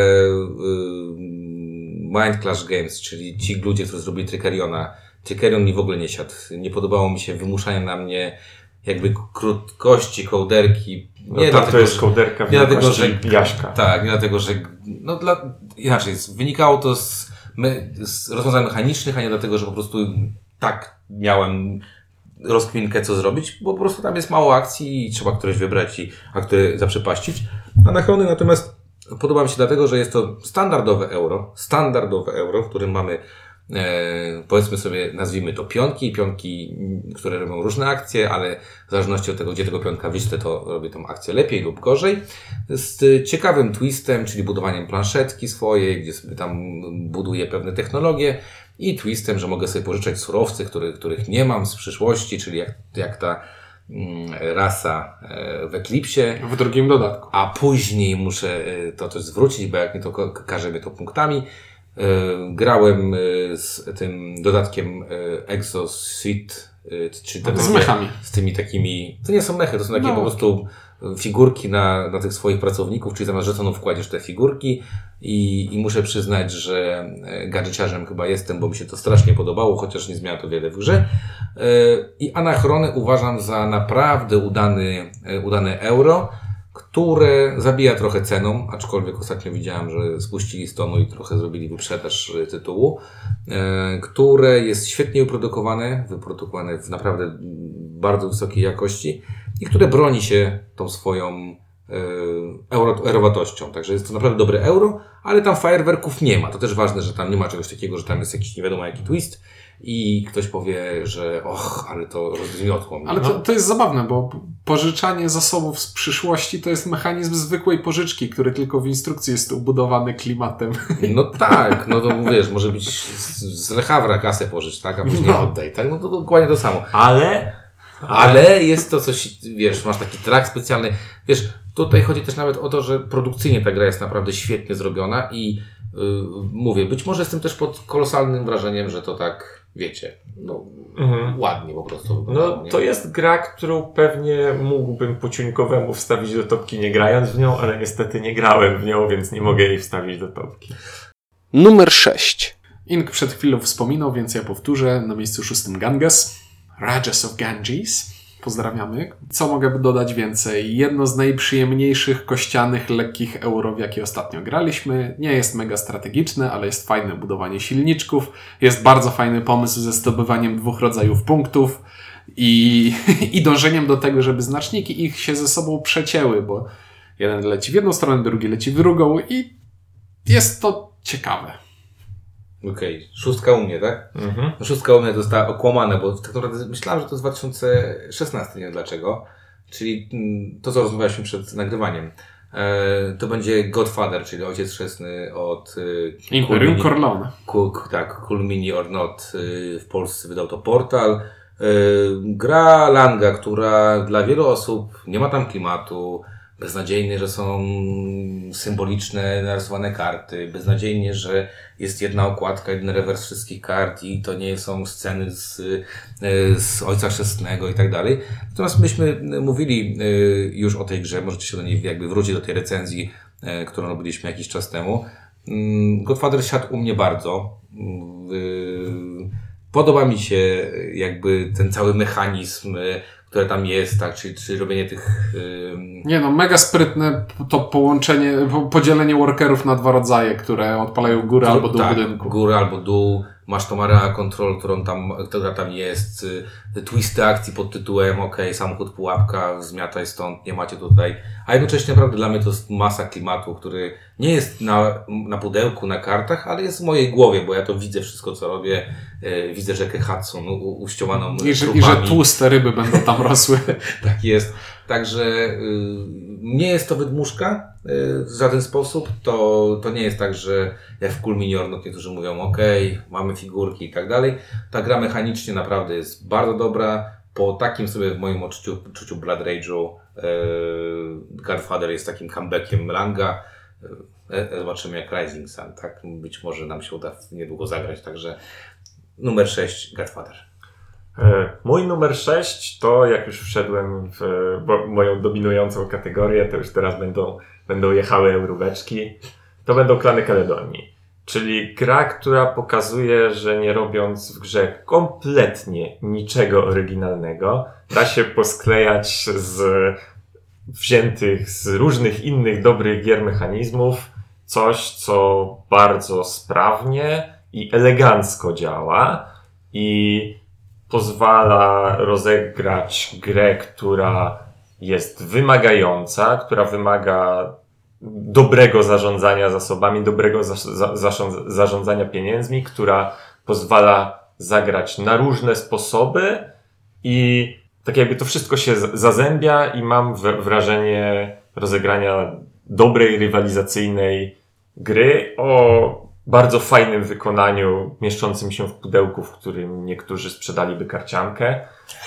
Mind Clash Games, czyli ci ludzie, którzy zrobili Trickeriona, Trickerion mi w ogóle nie siadł. Nie podobało mi się wymuszanie na mnie jakby krótkości, kołderki. No Nie tam dlatego, to jest że- kołderka nie dlatego, że wielkości Jaśka. Tak, nie dlatego, że no dla, inaczej, wynikało to z, me, z rozwiązań mechanicznych, a nie dlatego, że po prostu tak miałem rozkminkę, co zrobić, bo po prostu tam jest mało akcji i trzeba któreś wybrać, i, a które zaprzepaścić. Anachrony natomiast podoba mi się dlatego, że jest to standardowe euro, standardowe euro, w którym mamy E, powiedzmy sobie, nazwijmy to pionki, pionki, które robią różne akcje, ale w zależności od tego, gdzie tego pionka wyślę, to robię tą akcję lepiej lub gorzej. Z ciekawym twistem, czyli budowaniem planszetki swojej, gdzie sobie tam buduję pewne technologie, i twistem, że mogę sobie pożyczać surowce, których, których nie mam z przyszłości, czyli jak, jak ta mm, rasa e, w Eclipsie. W drugim dodatku. A później muszę e, to też zwrócić, bo jak nie to ko- każe mnie to punktami. E, grałem e, z tym dodatkiem e, Exosuit, e, czyli te Z takie- mechami. z tymi takimi, to nie są mechy, to są takie No. po prostu figurki na, na tych swoich pracowników, czyli zamiast żetonów wkładziesz te figurki i, i muszę przyznać, że e, gadżeciarzem chyba jestem, bo mi się to strasznie podobało, chociaż nie zmienia to wiele w grze. E, I Anachrony uważam za naprawdę udany, e, udane euro, które zabija trochę ceną, aczkolwiek ostatnio widziałem, że spuścili z tonu i trochę zrobili wyprzedaż e, tytułu, e, które jest świetnie wyprodukowane, wyprodukowane w naprawdę bardzo wysokiej jakości i które broni się tą swoją euro, eurowatością. Także jest to naprawdę dobre euro, ale tam fajerwerków nie ma. To też ważne, że tam nie ma czegoś takiego, że tam jest jakiś nie wiadomo jaki twist i ktoś powie, że och, ale to rozgniotło mnie. Ale to, to jest zabawne, bo pożyczanie zasobów z przyszłości to jest mechanizm zwykłej pożyczki, który tylko w instrukcji jest ubudowany klimatem. No tak, no to wiesz, może być z, z rechawra kasę pożycz, tak, a później No. oddaj, tak, no to dokładnie to samo. Ale... Ale jest to coś, wiesz, masz taki track specjalny, wiesz, tutaj chodzi też nawet o to, że produkcyjnie ta gra jest naprawdę świetnie zrobiona i yy, mówię, być może jestem też pod kolosalnym wrażeniem, że to tak, wiecie, no Mhm. ładnie po prostu wyglądało, No, nie? to jest gra, którą pewnie mógłbym po ciuńkowemu wstawić do topki nie grając w nią, ale niestety nie grałem w nią, więc nie mogę jej wstawić do topki. Numer sześć. Ink przed chwilą wspominał, więc ja powtórzę. Na miejscu szóstym Ganges. Rajas of Ganges. Pozdrawiamy. Co mogę dodać więcej? Jedno z najprzyjemniejszych, kościanych, lekkich euro, w jakie ostatnio graliśmy. Nie jest mega strategiczne, ale jest fajne budowanie silniczków. Jest bardzo fajny pomysł ze zdobywaniem dwóch rodzajów punktów i, i dążeniem do tego, żeby znaczniki ich się ze sobą przecięły, bo jeden leci w jedną stronę, drugi leci w drugą i jest to ciekawe. Okej, okay. Szóstka u mnie, tak? Mhm. No, szóstka u mnie została okłamana, bo tak naprawdę myślałem, że to jest dwa tysiące szesnasty, nie wiem dlaczego. Czyli mm, to, co rozmawialiśmy przed nagrywaniem. E, to będzie Godfather, czyli ojciec chrzestny od e, Imperium Cool Corleone. Cool, tak, Cool Mini or Not. E, w Polsce wydał to Portal. E, gra Langa, która dla wielu osób nie ma tam klimatu. Beznadziejnie, że są symboliczne, narysowane karty. Beznadziejnie, że jest jedna okładka, jeden rewers wszystkich kart i to nie są sceny z, z Ojca Chrzestnego i tak dalej. Natomiast myśmy mówili już o tej grze, możecie się do niej jakby wrócić do tej recenzji, którą robiliśmy jakiś czas temu. Godfather siadł u mnie bardzo. Podoba mi się jakby ten cały mechanizm, które tam jest, tak, czyli, czyli robienie tych... Yy... Nie no, mega sprytne to połączenie, po- podzielenie workerów na dwa rodzaje, które odpalają górę albo dół tak, budynku. górę albo dół, masz tą area control, którą tam, która tam jest, y, twisty akcji pod tytułem, ok, samochód pułapka, zmiataj stąd, nie macie tutaj, a jednocześnie naprawdę dla mnie to jest masa klimatu, który nie jest na, na pudełku, na kartach, ale jest w mojej głowie, bo ja to widzę wszystko, co robię, y, widzę rzekę Hudson u, uściołaną I że, I trupami. że tłuste ryby będą tam rosły. Tak jest. Także y, nie jest to wydmuszka y, w żaden sposób. To, to nie jest tak, że jak w Cool Mini or Not niektórzy mówią ok, mamy figurki i tak dalej. Ta gra mechanicznie naprawdę jest bardzo dobra. Po takim sobie w moim odczuciu, odczuciu Blood Rage'u y, Godfather jest takim comebackiem Langa. Y, zobaczymy jak Rising Sun, tak? Być może nam się uda niedługo zagrać. Także numer sześć Godfather. Mój numer sześć to, jak już wszedłem w bo, moją dominującą kategorię, to już teraz będą, będą jechały euróweczki, to będą Klany Kaledonii. Czyli gra, która pokazuje, że nie robiąc w grze kompletnie niczego oryginalnego, da się posklejać z wziętych z różnych innych dobrych gier mechanizmów coś, co bardzo sprawnie i elegancko działa i pozwala rozegrać grę, która jest wymagająca, która wymaga dobrego zarządzania zasobami, dobrego za, za, zarząd, zarządzania pieniędzmi, która pozwala zagrać na różne sposoby i tak jakby to wszystko się zazębia i mam wrażenie rozegrania dobrej, rywalizacyjnej gry o bardzo fajnym wykonaniu, mieszczącym się w pudełku, w którym niektórzy sprzedaliby karciankę.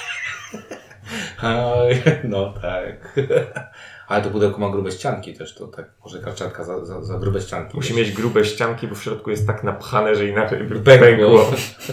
No tak. Ale to pudełko ma grube ścianki też, to tak, może karcianka za, za, za grube ścianki. Musi mieć grube ścianki, bo w środku jest tak napchane, że inaczej by Pękło. pękło.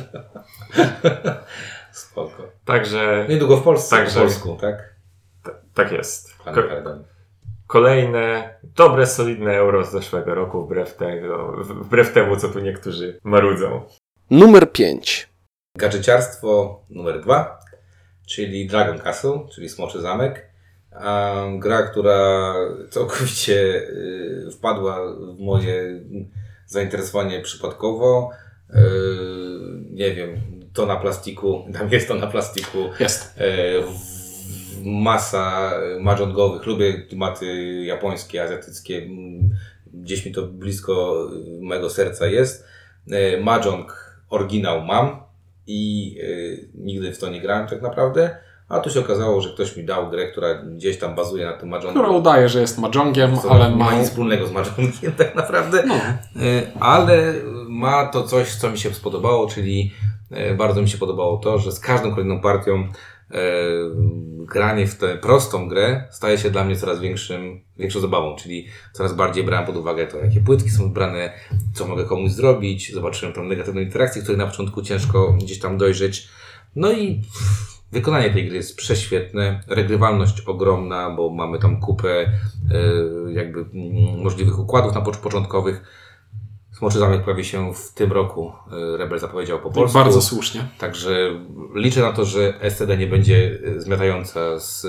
Spoko. Także... Niedługo w Polsce, Także- po polsku, tak? T- tak jest. Klany Ko- Kaledonii. kolejne, dobre, solidne euro z zeszłego roku, wbrew, tego, wbrew temu, co tu niektórzy marudzą. Numer pięć. Gadżeciarstwo numer dwa, czyli Dragon Castle, czyli Smoczy Zamek. Um, gra, która całkowicie y, wpadła w moje zainteresowanie przypadkowo. Y, nie wiem, to na plastiku, tam jest to na plastiku. Jest. Y, w, masa mahjongowych, lubię klimaty japońskie, azjatyckie, gdzieś mi to blisko mego serca jest. Mahjong oryginał mam i nigdy w to nie grałem tak naprawdę, a tu się okazało, że ktoś mi dał grę, która gdzieś tam bazuje na tym mahjongu. Która udaje, że jest mahjongiem, Co ale nie ma... ma nic wspólnego z mahjongiem tak naprawdę, No. ale ma to coś, co mi się spodobało, czyli bardzo mi się podobało to, że z każdą kolejną partią e, granie w tę prostą grę staje się dla mnie coraz większym, większą zabawą, czyli coraz bardziej brałem pod uwagę to, jakie płytki są wybrane, co mogę komuś zrobić, zobaczyłem tam negatywną interakcję, której na początku ciężko gdzieś tam dojrzeć. No i pff, wykonanie tej gry jest prześwietne, regrywalność ogromna, bo mamy tam kupę e, jakby m, możliwych układów na początkowych. Smoczy Zamek pojawi się w tym roku, Rebel zapowiedział po polsku. Bardzo słusznie. Także liczę na to, że S C D nie będzie zmiatająca z,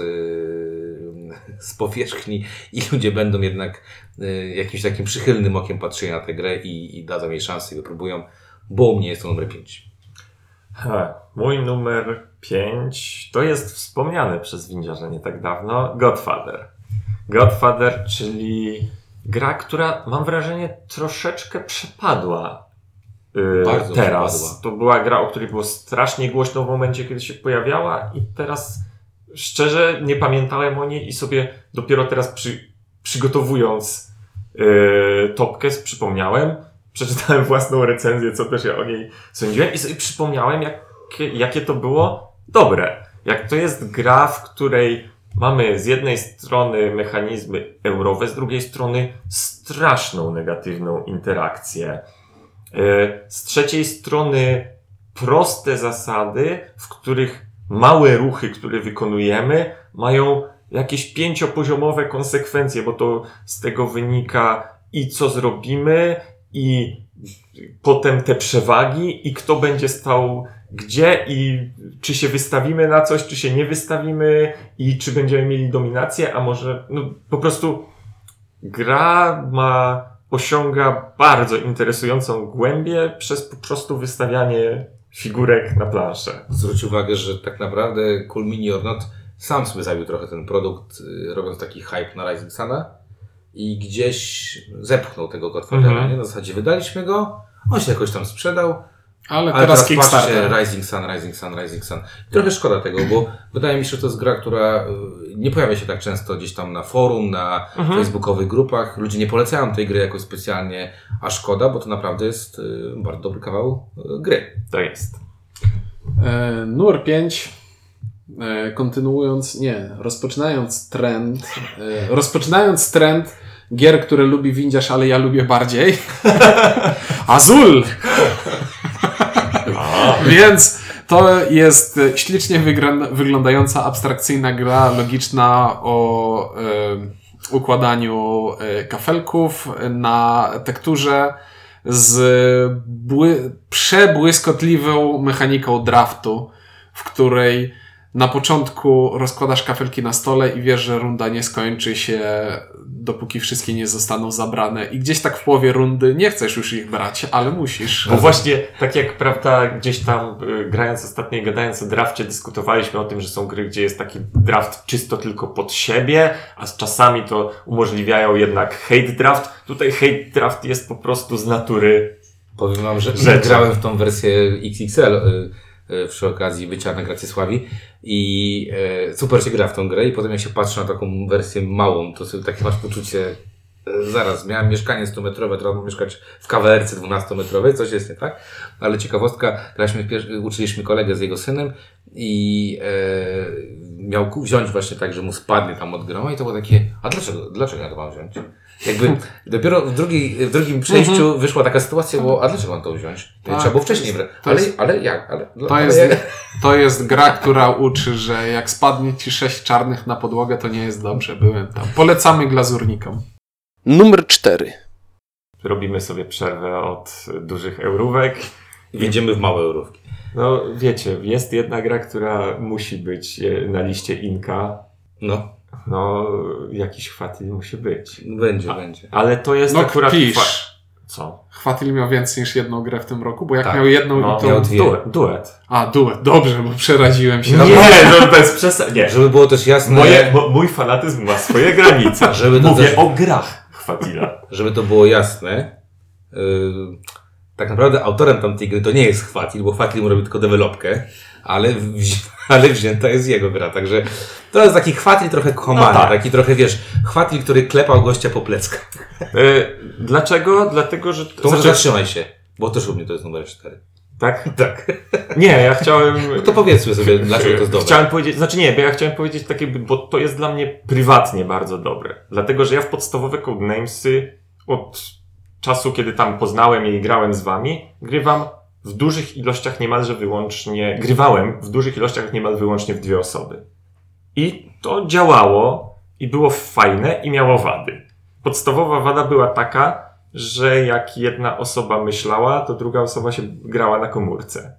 z powierzchni i ludzie będą jednak jakimś takim przychylnym okiem patrzyli na tę grę i, i dadzą jej szansę i wypróbują, bo u mnie jest to numer pięć. Ha, mój numer pięć to jest wspomniane przez Windziarza nie tak dawno, Godfather. Godfather, czyli gra, która mam wrażenie troszeczkę przepadła yy, Bardzo teraz. przepadła. To była gra, o której było strasznie głośno w momencie, kiedy się pojawiała i teraz szczerze nie pamiętałem o niej i sobie dopiero teraz przy, przygotowując yy, topkę przypomniałem, przeczytałem własną recenzję, co też ja o niej sądziłem i sobie przypomniałem, jakie, jakie to było dobre. Jak to jest gra, w której mamy z jednej strony mechanizmy eurowe, z drugiej strony straszną negatywną interakcję. Z trzeciej strony proste zasady, w których małe ruchy, które wykonujemy, mają jakieś pięciopoziomowe konsekwencje, bo to z tego wynika i co zrobimy, i potem te przewagi, i kto będzie stał gdzie, i czy się wystawimy na coś, czy się nie wystawimy, i czy będziemy mieli dominację, a może no, po prostu gra ma, osiąga bardzo interesującą głębię przez po prostu wystawianie figurek na planszę. Zwróć uwagę, że tak naprawdę Cool Mini or Not sam sobie zabił trochę ten produkt, y, robiąc taki hype na Rising Suna i gdzieś zepchnął tego Godfathera, Mhm. nie? Na zasadzie wydaliśmy go, on się jakoś tam sprzedał, Ale, ale teraz teraz patrzcie, Kickstarter. Rising Sun, Rising Sun, Rising Sun. Trochę szkoda tego, bo wydaje mi się, że to jest gra, która y, nie pojawia się tak często gdzieś tam na forum, na Mhm. facebookowych grupach. Ludzie nie polecają tej gry jakoś specjalnie, a szkoda, bo to naprawdę jest y, bardzo dobry kawał y, gry. To jest. E, numer pięć. E, kontynuując, nie, rozpoczynając trend, e, rozpoczynając trend gier, które lubi Windziarz, ale ja lubię bardziej. Azul! Więc to jest ślicznie wygra- wyglądająca abstrakcyjna gra logiczna o e, układaniu e, kafelków na tekturze z bły- przebłyskotliwą mechaniką draftu, w której na początku rozkładasz kafelki na stole i wiesz, że runda nie skończy się, dopóki wszystkie nie zostaną zabrane. I gdzieś tak w połowie rundy nie chcesz już ich brać, ale musisz. Bo właśnie, tak jak, prawda, gdzieś tam y, grając ostatnio i gadając o drafcie, dyskutowaliśmy o tym, że są gry, gdzie jest taki draft czysto tylko pod siebie, a z czasami to umożliwiają jednak hate draft. Tutaj hate draft jest po prostu z natury. Powiem wam, że Rzeczy. grałem w tą wersję X X L y, y, przy okazji bycia na Gracjasławi i y, super się gra w tą grę i potem jak się patrzy na taką wersję małą, to sobie takie masz poczucie, y, zaraz, miałem mieszkanie stumetrowe, teraz mam mieszkać w kawalerce dwunastometrowej, coś jest nie tak, ale ciekawostka, graliśmy w pier- uczyliśmy kolegę z jego synem i y, miał ku- wziąć właśnie tak, że mu spadnie tam od groma i to było takie, a dlaczego, dlaczego ja to mam wziąć? Jakby dopiero w, drugiej, w drugim przejściu wyszła taka sytuacja, bo a dlaczego mam to wziąć? Tak, Trzeba było to wcześniej jest- brać. to Ale, jest- ale jak? Ale, To ale jest, jak? to jest gra, która uczy, że jak spadnie ci sześć czarnych na podłogę, to nie jest dobrze. Byłem tam. Polecamy glazurnikom. Numer cztery. Robimy sobie przerwę od dużych eurówek. Wjedziemy w małe eurówki. No wiecie, jest jedna gra, która musi być e, na liście Inka. No, No, jakiś chwatil musi być. będzie, A- będzie. Ale to jest No akurat... pisz. fa- Co? Chwatil miał więcej niż jedną grę w tym roku, bo jak Tak. miał jedną No, i to... miał dwie. duet. duet. A, duet, dobrze, bo przeraziłem się. Nie, no bez przesady. Nie. Żeby było też jasne, Moje, mo, mój fanatyzm ma swoje granice. Żeby to Mówię też- o grach Chwatila. żeby to było jasne, yy, tak naprawdę autorem tamtej gry to nie jest Chwatil, bo Chwatil mu robi tylko dewelopkę, ale, wzi- ale wzięta jest jego gra, także to jest taki Chwatil trochę komany, No tak. taki trochę, wiesz, Chwatil, który klepał gościa po pleckach. Y, dlaczego? Dlatego, że... To może znaczy- zatrzymaj się, bo też u mnie to jest numer cztery. Tak? Tak. Nie, ja chciałem... No to powiedzmy sobie, dlaczego to jest dobre. Chciałem powiedzieć, znaczy nie, bo ja chciałem powiedzieć takie, bo to jest dla mnie prywatnie bardzo dobre. Dlatego, że ja w podstawowe Codenamesy od czasu, kiedy tam poznałem je i grałem z wami, grywam w dużych ilościach niemalże wyłącznie, grywałem w dużych ilościach niemal wyłącznie w dwie osoby. I to działało i było fajne i miało wady. Podstawowa wada była taka, że jak jedna osoba myślała, to druga osoba się grała na komórce.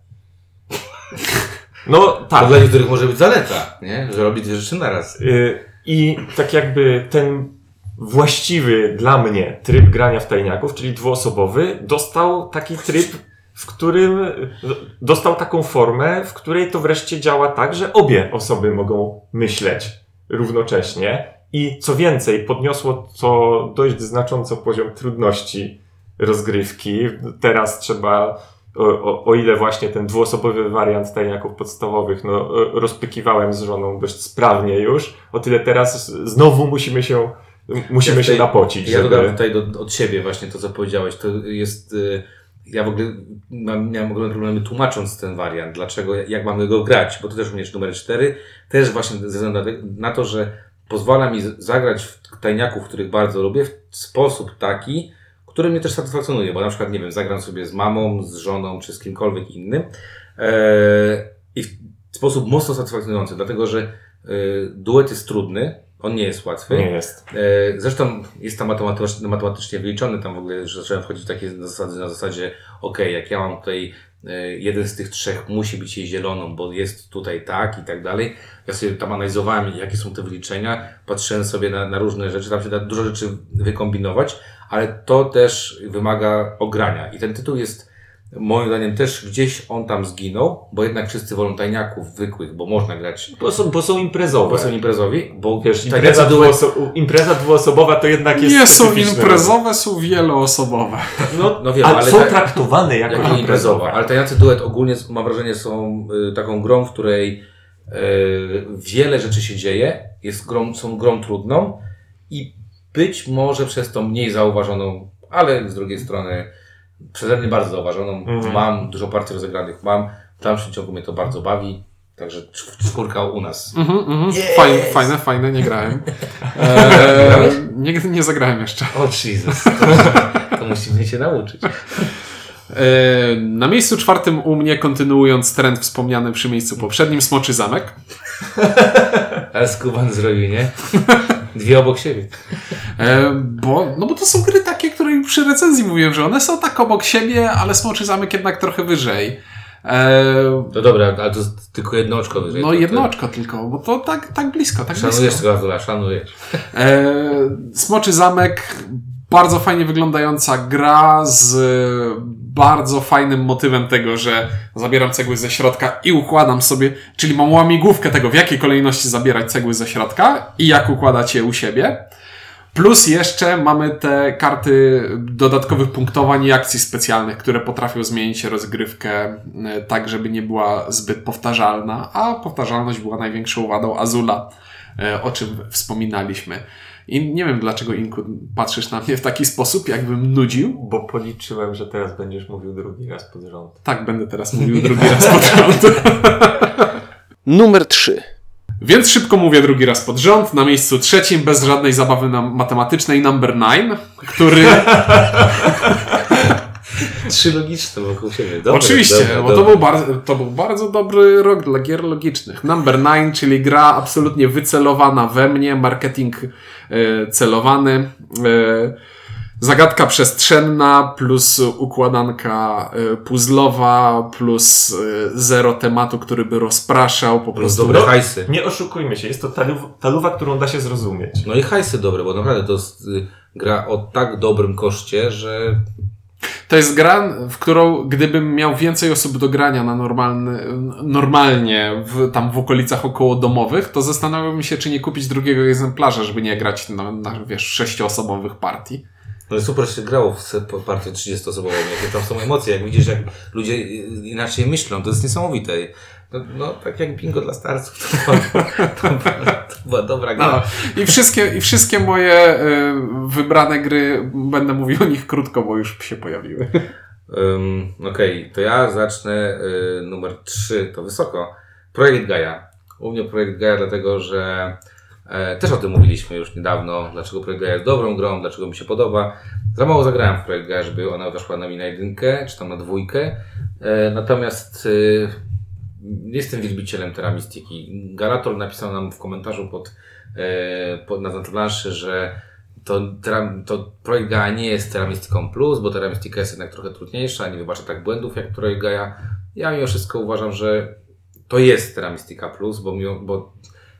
No tak. To dla niektórych może być zaleta, nie? Że robi dwie rzeczy naraz. Y, I tak jakby ten właściwy dla mnie tryb grania w tajniaków, czyli dwuosobowy, dostał taki tryb, w którym dostał taką formę, w której to wreszcie działa tak, że obie osoby mogą myśleć równocześnie i co więcej, podniosło to dość znacząco poziom trudności rozgrywki. Teraz trzeba, o, o, o ile właśnie ten dwuosobowy wariant tajniaków podstawowych, no, rozpykiwałem z żoną dość sprawnie już, o tyle teraz znowu musimy się, musimy Ja się tutaj- napocić, Ja żeby... dodam tutaj do, od siebie właśnie to, co powiedziałeś. To jest... y, Ja w ogóle mam, miałem ogromne problemy tłumacząc ten wariant, dlaczego, jak mamy go grać, bo to też u mnie jest numer cztery, też właśnie ze względu na, na to, że pozwala mi z- zagrać w tajniaków, których bardzo lubię, w sposób taki, który mnie też satysfakcjonuje, bo na przykład, nie wiem, zagram sobie z mamą, z żoną, czy z kimkolwiek innym e, i w sposób mocno satysfakcjonujący, dlatego, że e, duet jest trudny, on nie jest łatwy. Nie jest. E, Zresztą jest tam matematycznie, matematycznie wyliczony, tam w ogóle że zacząłem wchodzić w takie zasady na zasadzie, ok, jak ja mam tutaj e, jeden z tych trzech musi być jej zieloną, bo jest tutaj tak i tak dalej. Ja sobie tam analizowałem, jakie są te wyliczenia, patrzyłem sobie na, na różne rzeczy, tam się da dużo rzeczy wykombinować, ale to też wymaga ogrania. I ten tytuł jest moim zdaniem też gdzieś on tam zginął, bo jednak wszyscy wolą tajniaków zwykłych, bo można grać, Bo są, bo są imprezowe. bo są imprezowi, bo Wiesz, tajniacy impreza, duet dwuoso- impreza dwuosobowa to jednak jest Nie są specyficzne. imprezowe, są wieloosobowe. No, No wiem, ale, ale są tak- traktowane jako, jako imprezowe. imprezowa. Ale tajniacy duet ogólnie mam wrażenie są y, taką grą, w której y, wiele rzeczy się dzieje, jest grą, są grą trudną i być może przez to mniej zauważoną, ale z drugiej strony przeze mnie bardzo zauważoną. Mhm. Mam dużo partii rozegranych, mam. W dalszym ciągu mnie to bardzo bawi. Także cz- czwórka u nas. Mhm, mhm. Yes! Fajne, fajne, fajne, nie grałem. Eee, Grałeś? nie, nie zagrałem jeszcze. O Jezus, to, to musimy się nauczyć. Eee, na miejscu czwartym u mnie, kontynuując trend wspomniany przy miejscu poprzednim, Smoczy Zamek. Ale Skuban zrobił, nie? Dwie obok siebie. E, bo, no bo to są gry takie, które już przy recenzji mówiłem, że one są tak obok siebie, ale Smoczy Zamek jednak trochę wyżej. E, No dobra, ale to jest tylko jedno oczko wyżej. no to, jedno oczko tylko, bo to tak, tak blisko, tak Szanujesz blisko. tego Azula, szanujesz. E, Smoczy Zamek, bardzo fajnie wyglądająca gra z bardzo fajnym motywem tego, że zabieram cegły ze środka i układam sobie, czyli mam łamigłówkę tego, w jakiej kolejności zabierać cegły ze środka i jak układać je u siebie. Plus jeszcze mamy te karty dodatkowych punktowań i akcji specjalnych, które potrafią zmienić rozgrywkę e, tak, żeby nie była zbyt powtarzalna, a powtarzalność była największą wadą Azula, e, o czym wspominaliśmy. I nie wiem, dlaczego, Inku, patrzysz na mnie w taki sposób, jakbym nudził. Bo policzyłem, że teraz będziesz mówił drugi raz pod rząd. Tak, będę teraz mówił drugi raz pod rząd. Numer trzy. Więc szybko mówię drugi raz pod rząd. Na miejscu trzecim, bez żadnej zabawy nam- matematycznej, Number Nine, który... Trzy logiczne wokół siebie. Dobre, Oczywiście, dobre, bo dobre. to był, bardzo, to był bardzo dobry rok dla gier logicznych. Number Nine, czyli gra absolutnie wycelowana we mnie, marketing e, celowany, e, zagadka przestrzenna plus układanka e, puzzlowa plus e, zero tematu, który by rozpraszał po Plus prostu. dobre hajsy. Nie oszukujmy się, jest to taluwa, taluwa którą da się zrozumieć. No i hajsy dobre, bo naprawdę to jest y, gra o tak dobrym koszcie, że To jest gra, w którą gdybym miał więcej osób do grania na normalny, normalnie w, tam w okolicach okołodomowych, to zastanawiałbym się, czy nie kupić drugiego egzemplarza, żeby nie grać na, na wiesz, sześcioosobowych partii. No i super się grało w partię trzydziestoosobową, jakie tam są emocje, jak widzisz, jak ludzie inaczej myślą, to jest niesamowite. No, no tak jak bingo dla starców, to była, to była, to była dobra gra. No, i, wszystkie, I wszystkie moje y, wybrane gry, będę mówił o nich krótko, bo już się pojawiły. Um, Okej, okay, to ja zacznę y, numer trzy, to wysoko. Projekt Gaia. U mnie Projekt Gaia dlatego, że e, też o tym mówiliśmy już niedawno, dlaczego Projekt Gaia jest dobrą grą, dlaczego mi się podoba. Za mało zagrałem w Projekt Gaia, żeby ona weszła na mi na jedynkę, czy tam na dwójkę. E, natomiast y, jestem wielbicielem Terra Mystic'i. Garator napisał nam w komentarzu pod, e, pod na planszy, że to, to Projekt Gaia nie jest Terra Mysticą Plus, bo Terra Mystica jest jednak trochę trudniejsza, nie wybacza tak błędów jak Projekt Gaia. Ja mimo wszystko uważam, że to jest Terra Mystica Plus, bo, mimo, bo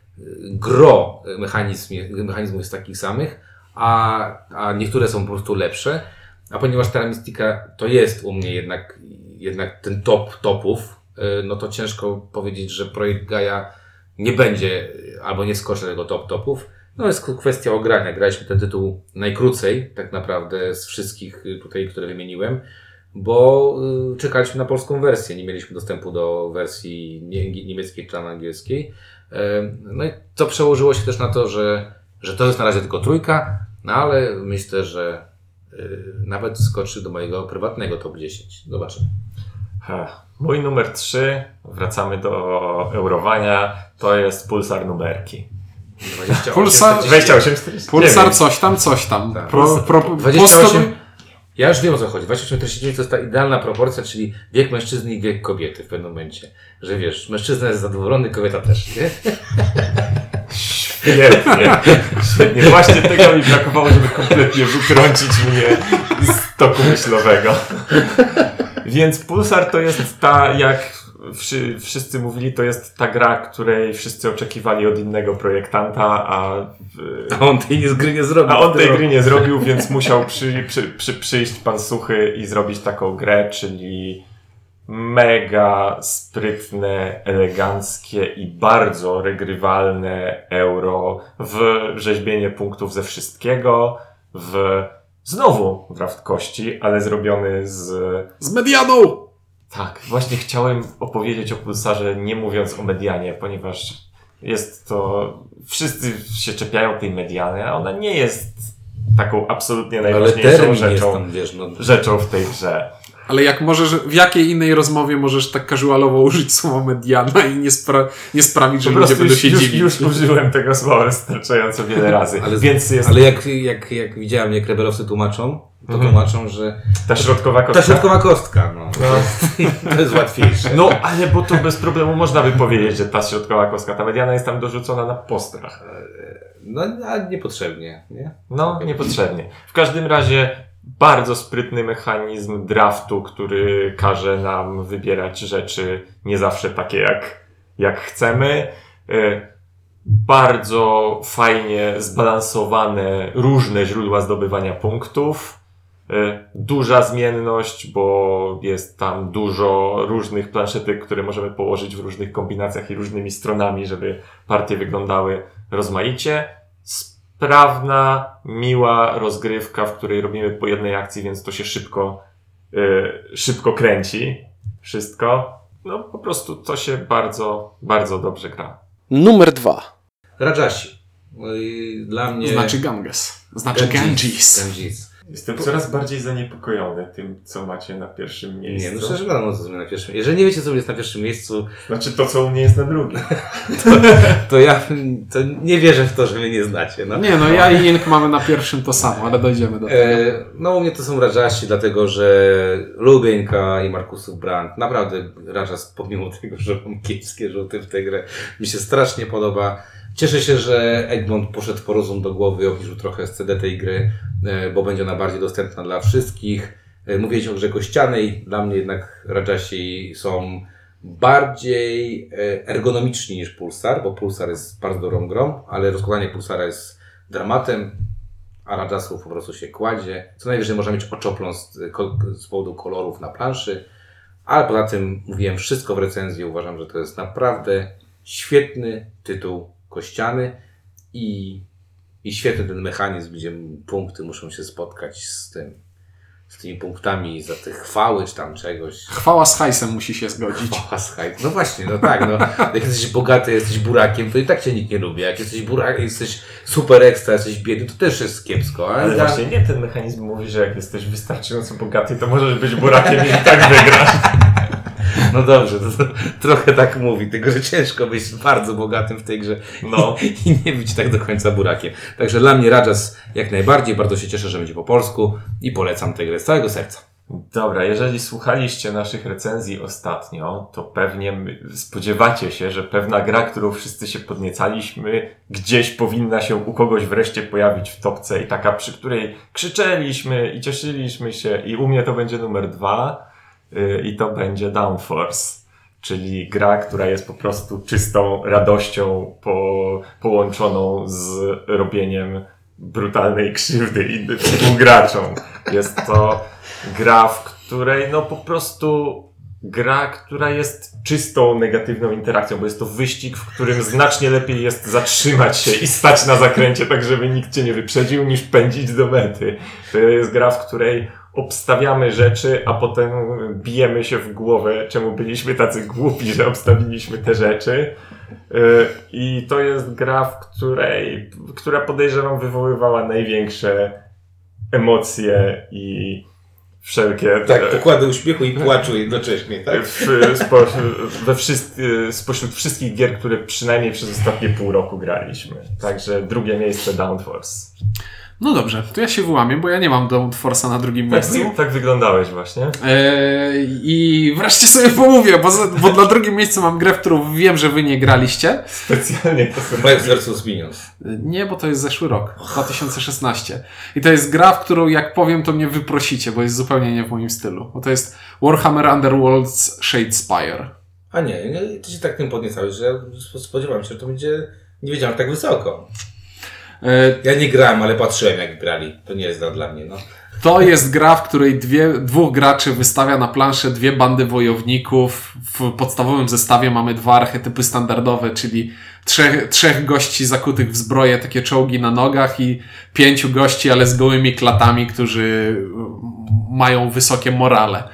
gro mechanizm, mechanizmów jest takich samych, a, a niektóre są po prostu lepsze. A ponieważ Terra Mystica to jest u mnie jednak, jednak ten top topów, no to ciężko powiedzieć, że Projekt Gaia nie będzie albo nie skoczy tego top topów. No jest kwestia ogrania. Graliśmy ten tytuł najkrócej tak naprawdę z wszystkich tutaj, które wymieniłem, bo y, czekaliśmy na polską wersję. Nie mieliśmy dostępu do wersji nie, niemieckiej czy angielskiej. Y, no i to przełożyło się też na to, że, że to jest na razie tylko trójka, no ale myślę, że y, nawet skoczy do mojego prywatnego top dziesięć. Zobaczymy. Ha. Mój numer trzy, wracamy do eurowania, to jest Pulsar numerki. dwadzieścia osiem, Pulsar, dwadzieścia osiem czterdzieści Pulsar coś tam, coś tam. Tak. Pro, pro, dwadzieścia osiem, posto- ja już wiem o co chodzi. dwadzieścia osiem czterdzieści dziewięć to jest ta idealna proporcja, czyli wiek mężczyzny i wiek kobiety w pewnym momencie. Że wiesz, mężczyzna jest zadowolony, kobieta też, nie? Świetnie, świetnie. Właśnie tego mi brakowało, żeby kompletnie wytrącić mnie z toku myślowego. Więc Pulsar to jest ta, jak wszy, wszyscy mówili, to jest ta gra, której wszyscy oczekiwali od innego projektanta, a, w, A on tej gry nie zrobił. a on tej gry nie zrobił, więc musiał przy, przy, przy, przyjść pan Suchy i zrobić taką grę, czyli mega sprytne, eleganckie i bardzo regrywalne euro w rzeźbienie punktów ze wszystkiego, w znowu draft kości, ale zrobiony z... z medianą! Tak, właśnie chciałem opowiedzieć o Pulsarze, nie mówiąc o medianie, ponieważ jest to... Wszyscy się czepiają tej mediany, a ona nie jest taką absolutnie najważniejszą rzeczą, tam, wiesz, no... rzeczą w tej grze. Ale jak możesz, w jakiej innej rozmowie możesz tak casualowo użyć słowa mediana i nie, spra- nie sprawić, że Po ludzie prostu będą już, się już, dziwić? już użyłem tego słowa wystarczająco wiele razy. Ale, Więc jest ale jak, jak, jak widziałem, jak rebelowcy tłumaczą, to Mhm. tłumaczą, że ta środkowa kostka. ta środkowa kostka, no. To, jest, to jest łatwiejsze. No, ale bo to bez problemu można by powiedzieć, że ta środkowa kostka, ta mediana jest tam dorzucona na postrach. No, a niepotrzebnie, nie? No, niepotrzebnie. W każdym razie bardzo sprytny mechanizm draftu, który każe nam wybierać rzeczy nie zawsze takie jak, jak chcemy. Bardzo fajnie zbalansowane różne źródła zdobywania punktów. Duża zmienność, bo jest tam dużo różnych planszetek, które możemy położyć w różnych kombinacjach i różnymi stronami, żeby partie wyglądały rozmaicie. Sprawna, miła rozgrywka, w której robimy po jednej akcji, więc to się szybko, yy, szybko kręci wszystko. No po prostu to się bardzo, bardzo dobrze gra. Numer dwa. Rajasi. No i dla mnie... Znaczy Ganges. Znaczy Ganges. Ganges. Jestem coraz bardziej zaniepokojony tym, co macie na pierwszym miejscu. Nie, no szczerze wiadomo, co na pierwszym. Jeżeli nie wiecie, co jest na pierwszym miejscu, Znaczy to, co u mnie jest na drugim. to ja to nie wierzę w to, że mnie nie znacie. No. Nie, no ja i Ink mamy na pierwszym to samo, ale dojdziemy do tego. E, no u mnie to są Rajasi, dlatego że lubię Inka i Markusów Brand. Naprawdę Rajas, pomimo tego, że mam kiepskie rzuty w tę grę, mi się strasznie podoba. Cieszę się, że Egmont poszedł po rozum do głowy i obniżył trochę z C D tej gry, bo będzie ona bardziej dostępna dla wszystkich. Mówiłeś o grze kościanej, dla mnie jednak Rajasi są bardziej ergonomiczni niż Pulsar, bo Pulsar jest bardzo dobrą grą, ale rozkładanie Pulsara jest dramatem. a Rajasów po prostu się kładzie. Co najwyżej można mieć oczopląs z, z powodu kolorów na planszy, ale poza tym mówiłem wszystko w recenzji. Uważam, że to jest naprawdę świetny tytuł kościany i, i świetny ten mechanizm, gdzie punkty muszą się spotkać z tym, z tymi punktami za te chwały czy tam czegoś. Chwała z hajsem musi się zgodzić. Chwała z hajsem. No właśnie, no tak, no. Jak jesteś bogaty, jesteś burakiem, to i tak cię nikt nie lubi. Jak jesteś burakiem, jesteś super ekstra, jesteś biedny, to też jest kiepsko. Ale, Ale ja... właśnie nie ten mechanizm mówi, że jak jesteś wystarczająco bogaty, to możesz być burakiem i tak wygrasz. No dobrze, to, to trochę tak mówi, tylko że ciężko być bardzo bogatym w tej grze No. i nie być tak do końca burakiem. Także dla mnie Rajas jak najbardziej, bardzo się cieszę, że będzie po polsku i polecam tę grę z całego serca. Dobra, jeżeli słuchaliście naszych recenzji ostatnio, to pewnie my- spodziewacie się, że pewna gra, którą wszyscy się podniecaliśmy, gdzieś powinna się u kogoś wreszcie pojawić w topce i taka, przy której krzyczeliśmy i cieszyliśmy się i u mnie to będzie numer dwa yy, i to będzie Downforce, czyli gra, która jest po prostu czystą radością po, połączoną z robieniem brutalnej krzywdy innym współgraczom. Jest to gra, w której no po prostu gra, która jest czystą negatywną interakcją, bo jest to wyścig, w którym znacznie lepiej jest zatrzymać się i stać na zakręcie tak, żeby nikt cię nie wyprzedził, niż pędzić do mety. To jest gra, w której obstawiamy rzeczy, a potem bijemy się w głowę, czemu byliśmy tacy głupi, że obstawiliśmy te rzeczy. Yy, I to jest gra, w której, która podejrzewam wywoływała największe emocje i wszelkie... Tak, pokłady uśmiechu i płaczu jednocześnie, tak? W, spo, we wszyscy, spośród wszystkich gier, które przynajmniej przez ostatnie pół roku graliśmy. Także drugie miejsce Downforce. No dobrze, to ja się wyłamię, bo ja nie mam Downforce'a na drugim Tak, miejscu. tak wyglądałeś właśnie. Eee, I wreszcie sobie pomówię, bo, za, bo na drugim miejscu mam grę, w którą wiem, że wy nie graliście. Specjalnie to sobie... Plants versus. Minions. Nie, bo to jest zeszły rok, dwa tysiące szesnasty. I to jest gra, w którą jak powiem, to mnie wyprosicie, bo jest zupełnie nie w moim stylu. Bo to jest Warhammer Underworld's Shadespire. A nie, nie, ty się tak tym podniecałeś, że ja spodziewałem się, że to będzie, nie wiedziałem, tak wysoko. Eee, Ja nie grałem, ale patrzyłem jak grali. To nie jest gra dla mnie, no. To jest gra, w której dwie, dwóch graczy wystawia na planszę dwie bandy wojowników. W podstawowym zestawie mamy dwa archetypy standardowe, czyli trzech, trzech gości zakutych w zbroję, takie czołgi na nogach i pięciu gości, ale z gołymi klatami, którzy mają wysokie morale.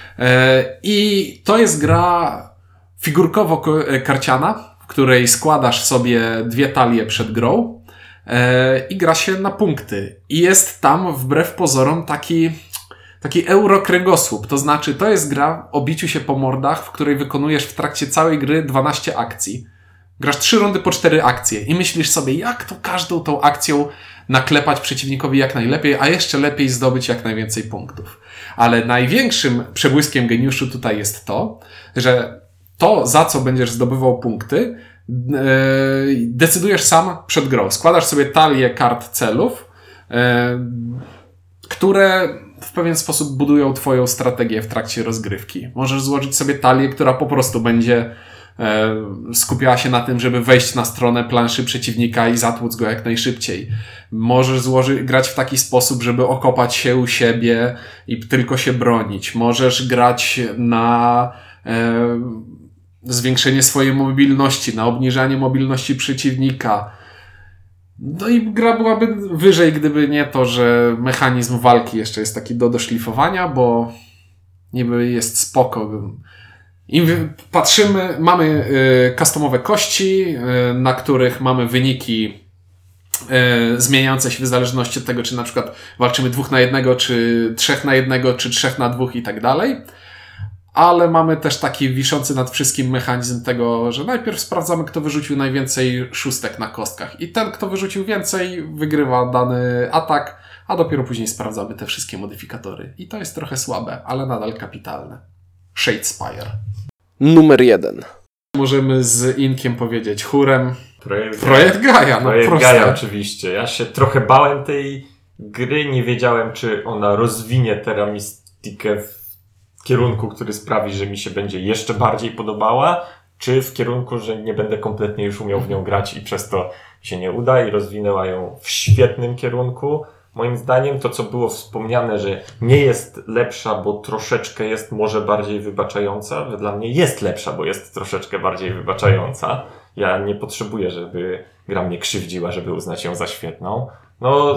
I to jest gra figurkowo-karciana, w której składasz sobie dwie talie przed grą i gra się na punkty. I jest tam wbrew pozorom taki, taki eurokręgosłup. To znaczy, to jest gra o biciu się po mordach, w której wykonujesz w trakcie całej gry dwanaście akcji. Grasz trzy rundy po cztery akcje i myślisz sobie, jak to każdą tą akcją naklepać przeciwnikowi jak najlepiej, a jeszcze lepiej zdobyć jak najwięcej punktów. Ale największym przebłyskiem geniuszu tutaj jest to, że to, za co będziesz zdobywał punkty, decydujesz sam przed grą. Składasz sobie talię kart celów, które w pewien sposób budują twoją strategię w trakcie rozgrywki. Możesz złożyć sobie talię, która po prostu będzie skupiała się na tym, żeby wejść na stronę planszy przeciwnika i zatłuc go jak najszybciej. Możesz złożyć, grać w taki sposób, żeby okopać się u siebie i tylko się bronić. Możesz grać na e, zwiększenie swojej mobilności, na obniżanie mobilności przeciwnika. No i gra byłaby wyżej, gdyby nie to, że mechanizm walki jeszcze jest taki do doszlifowania, bo niby jest spoko. I patrzymy, mamy y, customowe kości, y, na których mamy wyniki y, zmieniające się w zależności od tego, czy na przykład walczymy dwóch na jednego, czy trzech na jednego, czy trzech na dwóch i tak dalej. Ale mamy też taki wiszący nad wszystkim mechanizm tego, że najpierw sprawdzamy, kto wyrzucił najwięcej szóstek na kostkach. I ten, kto wyrzucił więcej, wygrywa dany atak, a dopiero później sprawdzamy te wszystkie modyfikatory. I to jest trochę słabe, ale nadal kapitalne. Shadespire. Numer jeden. Możemy z Inkiem powiedzieć chórem. Projekt, Projekt Gaia, no Projekt proste. Gaia oczywiście. Ja się trochę bałem tej gry, nie wiedziałem, czy ona rozwinie teramistykę w kierunku, który sprawi, że mi się będzie jeszcze bardziej podobała, czy w kierunku, że nie będę kompletnie już umiał w nią grać i przez to się nie uda, i rozwinęła ją w świetnym kierunku. moim zdaniem to, co było wspomniane, że nie jest lepsza, bo troszeczkę jest może bardziej wybaczająca, dla mnie jest lepsza, bo jest troszeczkę bardziej wybaczająca. Ja nie potrzebuję, żeby gra mnie krzywdziła, żeby uznać ją za świetną. No,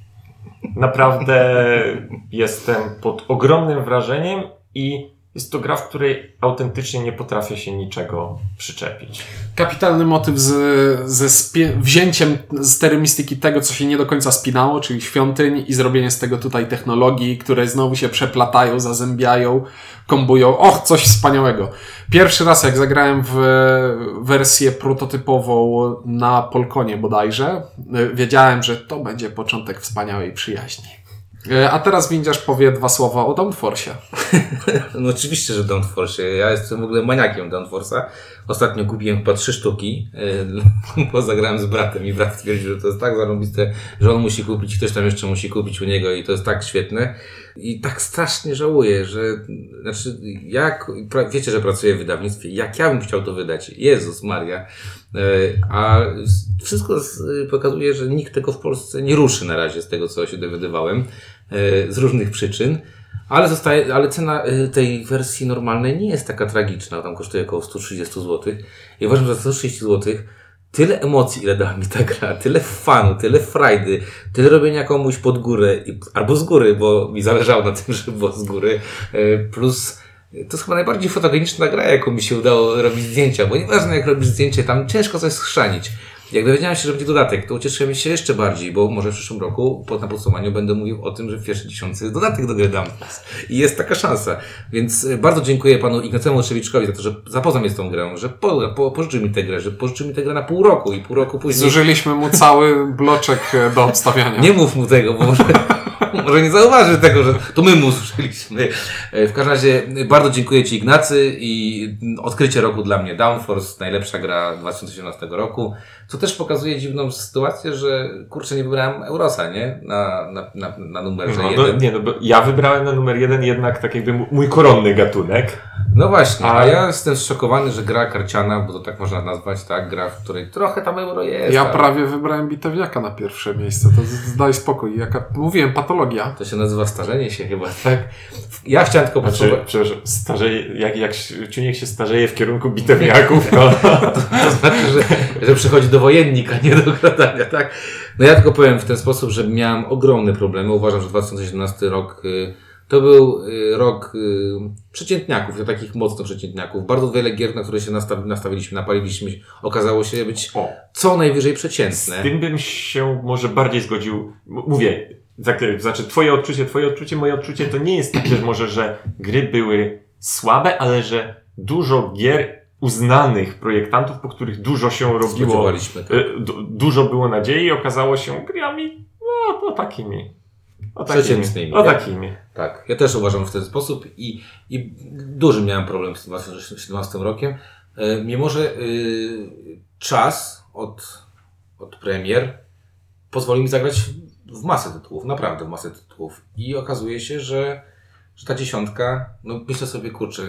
naprawdę jestem pod ogromnym wrażeniem i jest to gra, w której autentycznie nie potrafię się niczego przyczepić. Kapitalny motyw z, ze spie- wzięciem z termistyki tego, co się nie do końca spinało, czyli świątyń i zrobienie z tego tutaj technologii, które znowu się przeplatają, zazębiają, kombują. Och, coś wspaniałego. Pierwszy raz jak zagrałem w wersję prototypową na Polkonie bodajże, wiedziałem, że to będzie początek wspaniałej przyjaźni. A teraz Windziarz powie dwa słowa o Downforce'ie. No oczywiście, że Downforce. Ja jestem w ogóle maniakiem Downforce'a. Ostatnio kupiłem chyba trzy sztuki, yy, bo zagrałem z bratem i brat stwierdził, że to jest tak zarąbiste, że on musi kupić, ktoś tam jeszcze musi kupić u niego i to jest tak świetne. I tak strasznie żałuję, że, znaczy, jak, wiecie, że pracuję w wydawnictwie, jak ja bym chciał to wydać. Jezus Maria. Yy, a wszystko z, pokazuje, że nikt tego w Polsce nie ruszy na razie z tego, co się dowiadywałem, yy, z różnych przyczyn. Ale zostaje, ale cena tej wersji normalnej nie jest taka tragiczna. Tam kosztuje około sto trzydzieści złotych. I uważam, że za sto trzydzieści złotych tyle emocji, ile dała mi ta gra, tyle fanu, tyle frajdy, tyle robienia komuś pod górę, i, albo z góry, bo mi zależało na tym, żeby było z góry. Plus to jest chyba najbardziej fotogeniczna gra, jaką mi się udało robić zdjęcia, bo nieważne jak robisz zdjęcie, tam ciężko coś schrzanić. Jak dowiedziałem się, że będzie dodatek, to ucieszyłem się jeszcze bardziej, bo może w przyszłym roku, po na podsumowaniu, będę mówił o tym, że w pierwszej dziesiątce jest dodatek do gry Downforce. I jest taka szansa. Więc bardzo dziękuję panu Ignacemu Trzewiczkowi za to, że zapoznał mnie z tą grą, że po, po, pożyczył mi tę grę, że pożyczył mi tę grę na pół roku i pół roku później... Zużyliśmy mu cały bloczek do obstawiania. Nie mów mu tego, bo może... Może nie zauważy tego, że to my mu słyszeliśmy. W każdym razie bardzo dziękuję Ci, Ignacy, i odkrycie roku dla mnie Downforce, najlepsza gra dwa tysiące siedemnastego roku, co też pokazuje dziwną sytuację, że kurczę, nie wybrałem Eurosa, nie? Na, na, na, na numerze No, jeden. no, nie, no bo ja wybrałem na numer jeden jednak tak jakby mój koronny gatunek. No właśnie, a, A- ja jestem zszokowany, że gra karciana, bo to tak można nazwać, tak? Gra, w której trochę tam euro jest. Ja ale prawie wybrałem bitewniaka na pierwsze miejsce. To z- daj spokój. Jaka, mówiłem, patologia. To się nazywa starzenie się chyba, tak? Ja chciałem tylko Znaczy, podsumować. przepraszam, starzeje, jak, jak Czuniek się starzeje w kierunku bitewniaków, to... To znaczy, że, że przychodzi do wojennika, nie do gradania, tak? No ja tylko powiem w ten sposób, że miałem ogromne problemy. Uważam, że dwa tysiące siedemnasty rok y, to był y, rok y, przeciętniaków, takich mocno przeciętniaków. Bardzo wiele gier, na które się nastaw, nastawiliśmy, napaliliśmy, okazało się być O, co najwyżej z przeciętne. tym bym się może bardziej zgodził. M- Mówię, tak, znaczy twoje odczucie, twoje odczucie, moje odczucie to nie jest takie może, że gry były słabe, ale że dużo gier uznanych projektantów, po których dużo się robiło, Spodziewaliśmy, tak. y, du- dużo było nadziei, okazało się grami, no, no takimi. O takimi. Przeciętnymi, O tak? takimi. Tak, ja też uważam w ten sposób i, i duży miałem problem z dwa tysiące siedemnastym rokiem, e, mimo że y, czas od, od premier pozwolił mi zagrać w masę tytułów, naprawdę w masę tytułów, i okazuje się, że, że ta dziesiątka, no myślę sobie, kurczę,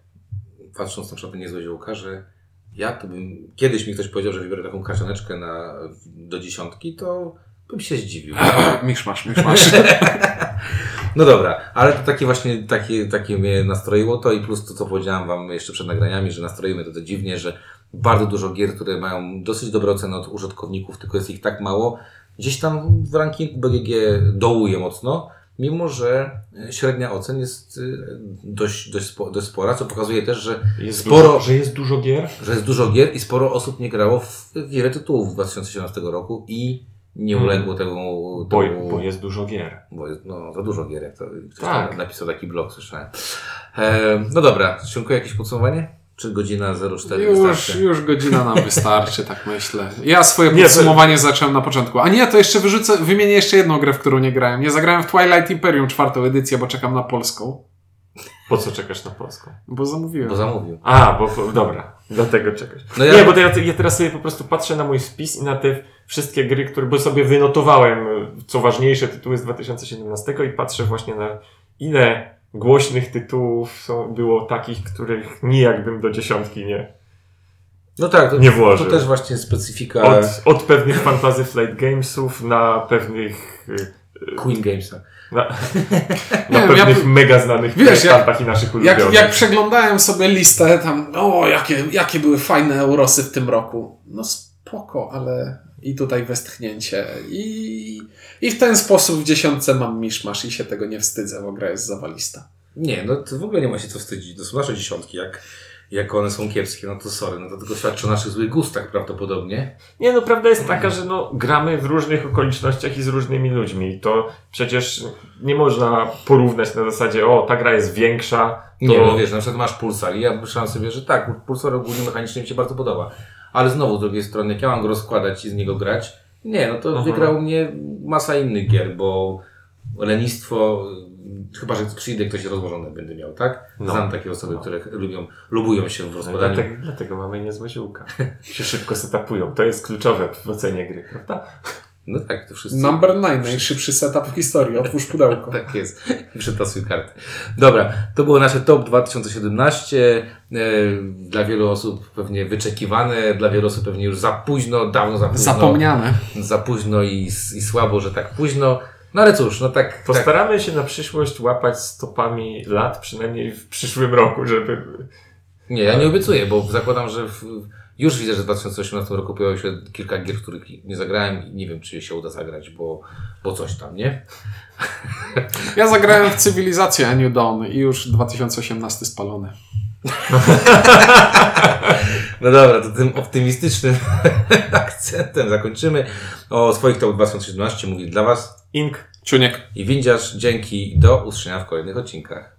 patrząc na przykład na niezłe ziołka, że ja to bym, kiedyś mi ktoś powiedział, że wybiorę taką karczaneczkę na, do dziesiątki, to bym się zdziwił. Miszmasz, miszmasz. No dobra, ale to takie właśnie, takie, takie mnie nastroiło to, i plus to, co powiedziałem wam jeszcze przed nagraniami, że nastroimy to, to dziwnie, że bardzo dużo gier, które mają dosyć dobre oceny od użytkowników, tylko jest ich tak mało, gdzieś tam w rankingu B G G dołuje mocno, mimo że średnia ocen jest dość, dość, spo, dość spora, co pokazuje też, że Jest sporo, dużo, że jest dużo gier? że jest dużo gier i sporo osób nie grało w wiele tytułów dwa tysiące siedemnastego roku i nie uległo temu... Bo, temu bo jest dużo gier. Bo jest, no, za dużo gier, jak to ktoś Tak. tam napisał taki blog, słyszałem. E, no dobra, Szymku, jakieś podsumowanie? Czy godzina zero cztery Już, wystarczy? już godzina nam wystarczy, tak myślę. Ja swoje Nie, podsumowanie zacząłem na początku. A nie, to jeszcze wyrzucę, wymienię jeszcze jedną grę, w którą nie grałem. Nie zagrałem w Twilight Imperium czwartą edycję, bo czekam na polską. Po co czekasz na polską? Bo zamówiłem. Bo zamówił. A, bo, bo dobra, dlatego czekasz. No ja- Nie, bo to ja, ja teraz sobie po prostu patrzę na mój spis i na te wszystkie gry, które, bo sobie wynotowałem, co ważniejsze tytuły z dwa tysiące siedemnastego, i patrzę właśnie na ile głośnych tytułów są, było takich, których nijak bym do dziesiątki nie... No tak, to, Nie włożył. to też właśnie specyfika... Od, od pewnych Fantasy Flight Gamesów na pewnych y, Queen Gamesa. Na, na Nie wiem, pewnych ja- mega znanych Wiesz, projektantach i naszych ulubionych. Jak, jak przeglądałem sobie listę tam, o, jakie, jakie były fajne Eurosy w tym roku. No spoko, ale i tutaj westchnięcie. I, i w ten sposób w dziesiątce mam miszmasz i się tego nie wstydzę, bo gra jest zawalista. Nie, no to w ogóle nie ma się co wstydzić. To są nasze dziesiątki. Jak, jak one są kiepskie, no to sorry. No to tylko świadczy o naszych złych gustach prawdopodobnie. Nie, no prawda jest taka, że no, gramy w różnych okolicznościach i z różnymi ludźmi. To przecież nie można porównać na zasadzie, o, ta gra jest większa. To... Nie, no wiesz, na przykład masz Pulsar i ja myślałem sobie, że tak, Pulsar ogólnie mechanicznie mi się bardzo podoba. Ale znowu z drugiej strony, jak ja mam go rozkładać i z niego grać, nie, no to Mhm. wygrał mnie masa innych gier, bo lenistwo, chyba że przyjdę, ktoś rozłożone będę miał, tak? No. Znam takie osoby, No. które lubią, lubują się w No, rozkładaniu. dlatego, dlatego mamy niezłe ziółka. się szybko setupują. To jest kluczowe w ocenie gry, prawda? No tak, to wszyscy. Number nine, najszybszy setup w historii. Otwórz pudełko. Tak jest. Przetasuj karty. Dobra, to było nasze top dwa tysiące siedemnaście. E, Dla wielu osób pewnie wyczekiwane, dla wielu osób pewnie już za późno, dawno za późno. Zapomniane. Za późno i, i słabo, że tak późno. No ale cóż, no tak. tak. Postaramy się na przyszłość łapać stopami lat, przynajmniej w przyszłym roku, żeby... Nie, ja nie obiecuję, bo zakładam, że w, już widzę, że w dwa tysiące osiemnastym roku pojawiło się kilka gier, w których nie zagrałem i nie wiem, czy się uda zagrać, bo, bo coś tam, nie? Ja zagrałem w Cywilizację A New Dawn i już dwa tysiące osiemnasty spalony. No dobra, to tym optymistycznym akcentem zakończymy. O swoich top dwa tysiące siedemnaście mówi dla Was Ink. Ciuniek. i Windziarz. Dzięki, do usłyszenia w kolejnych odcinkach.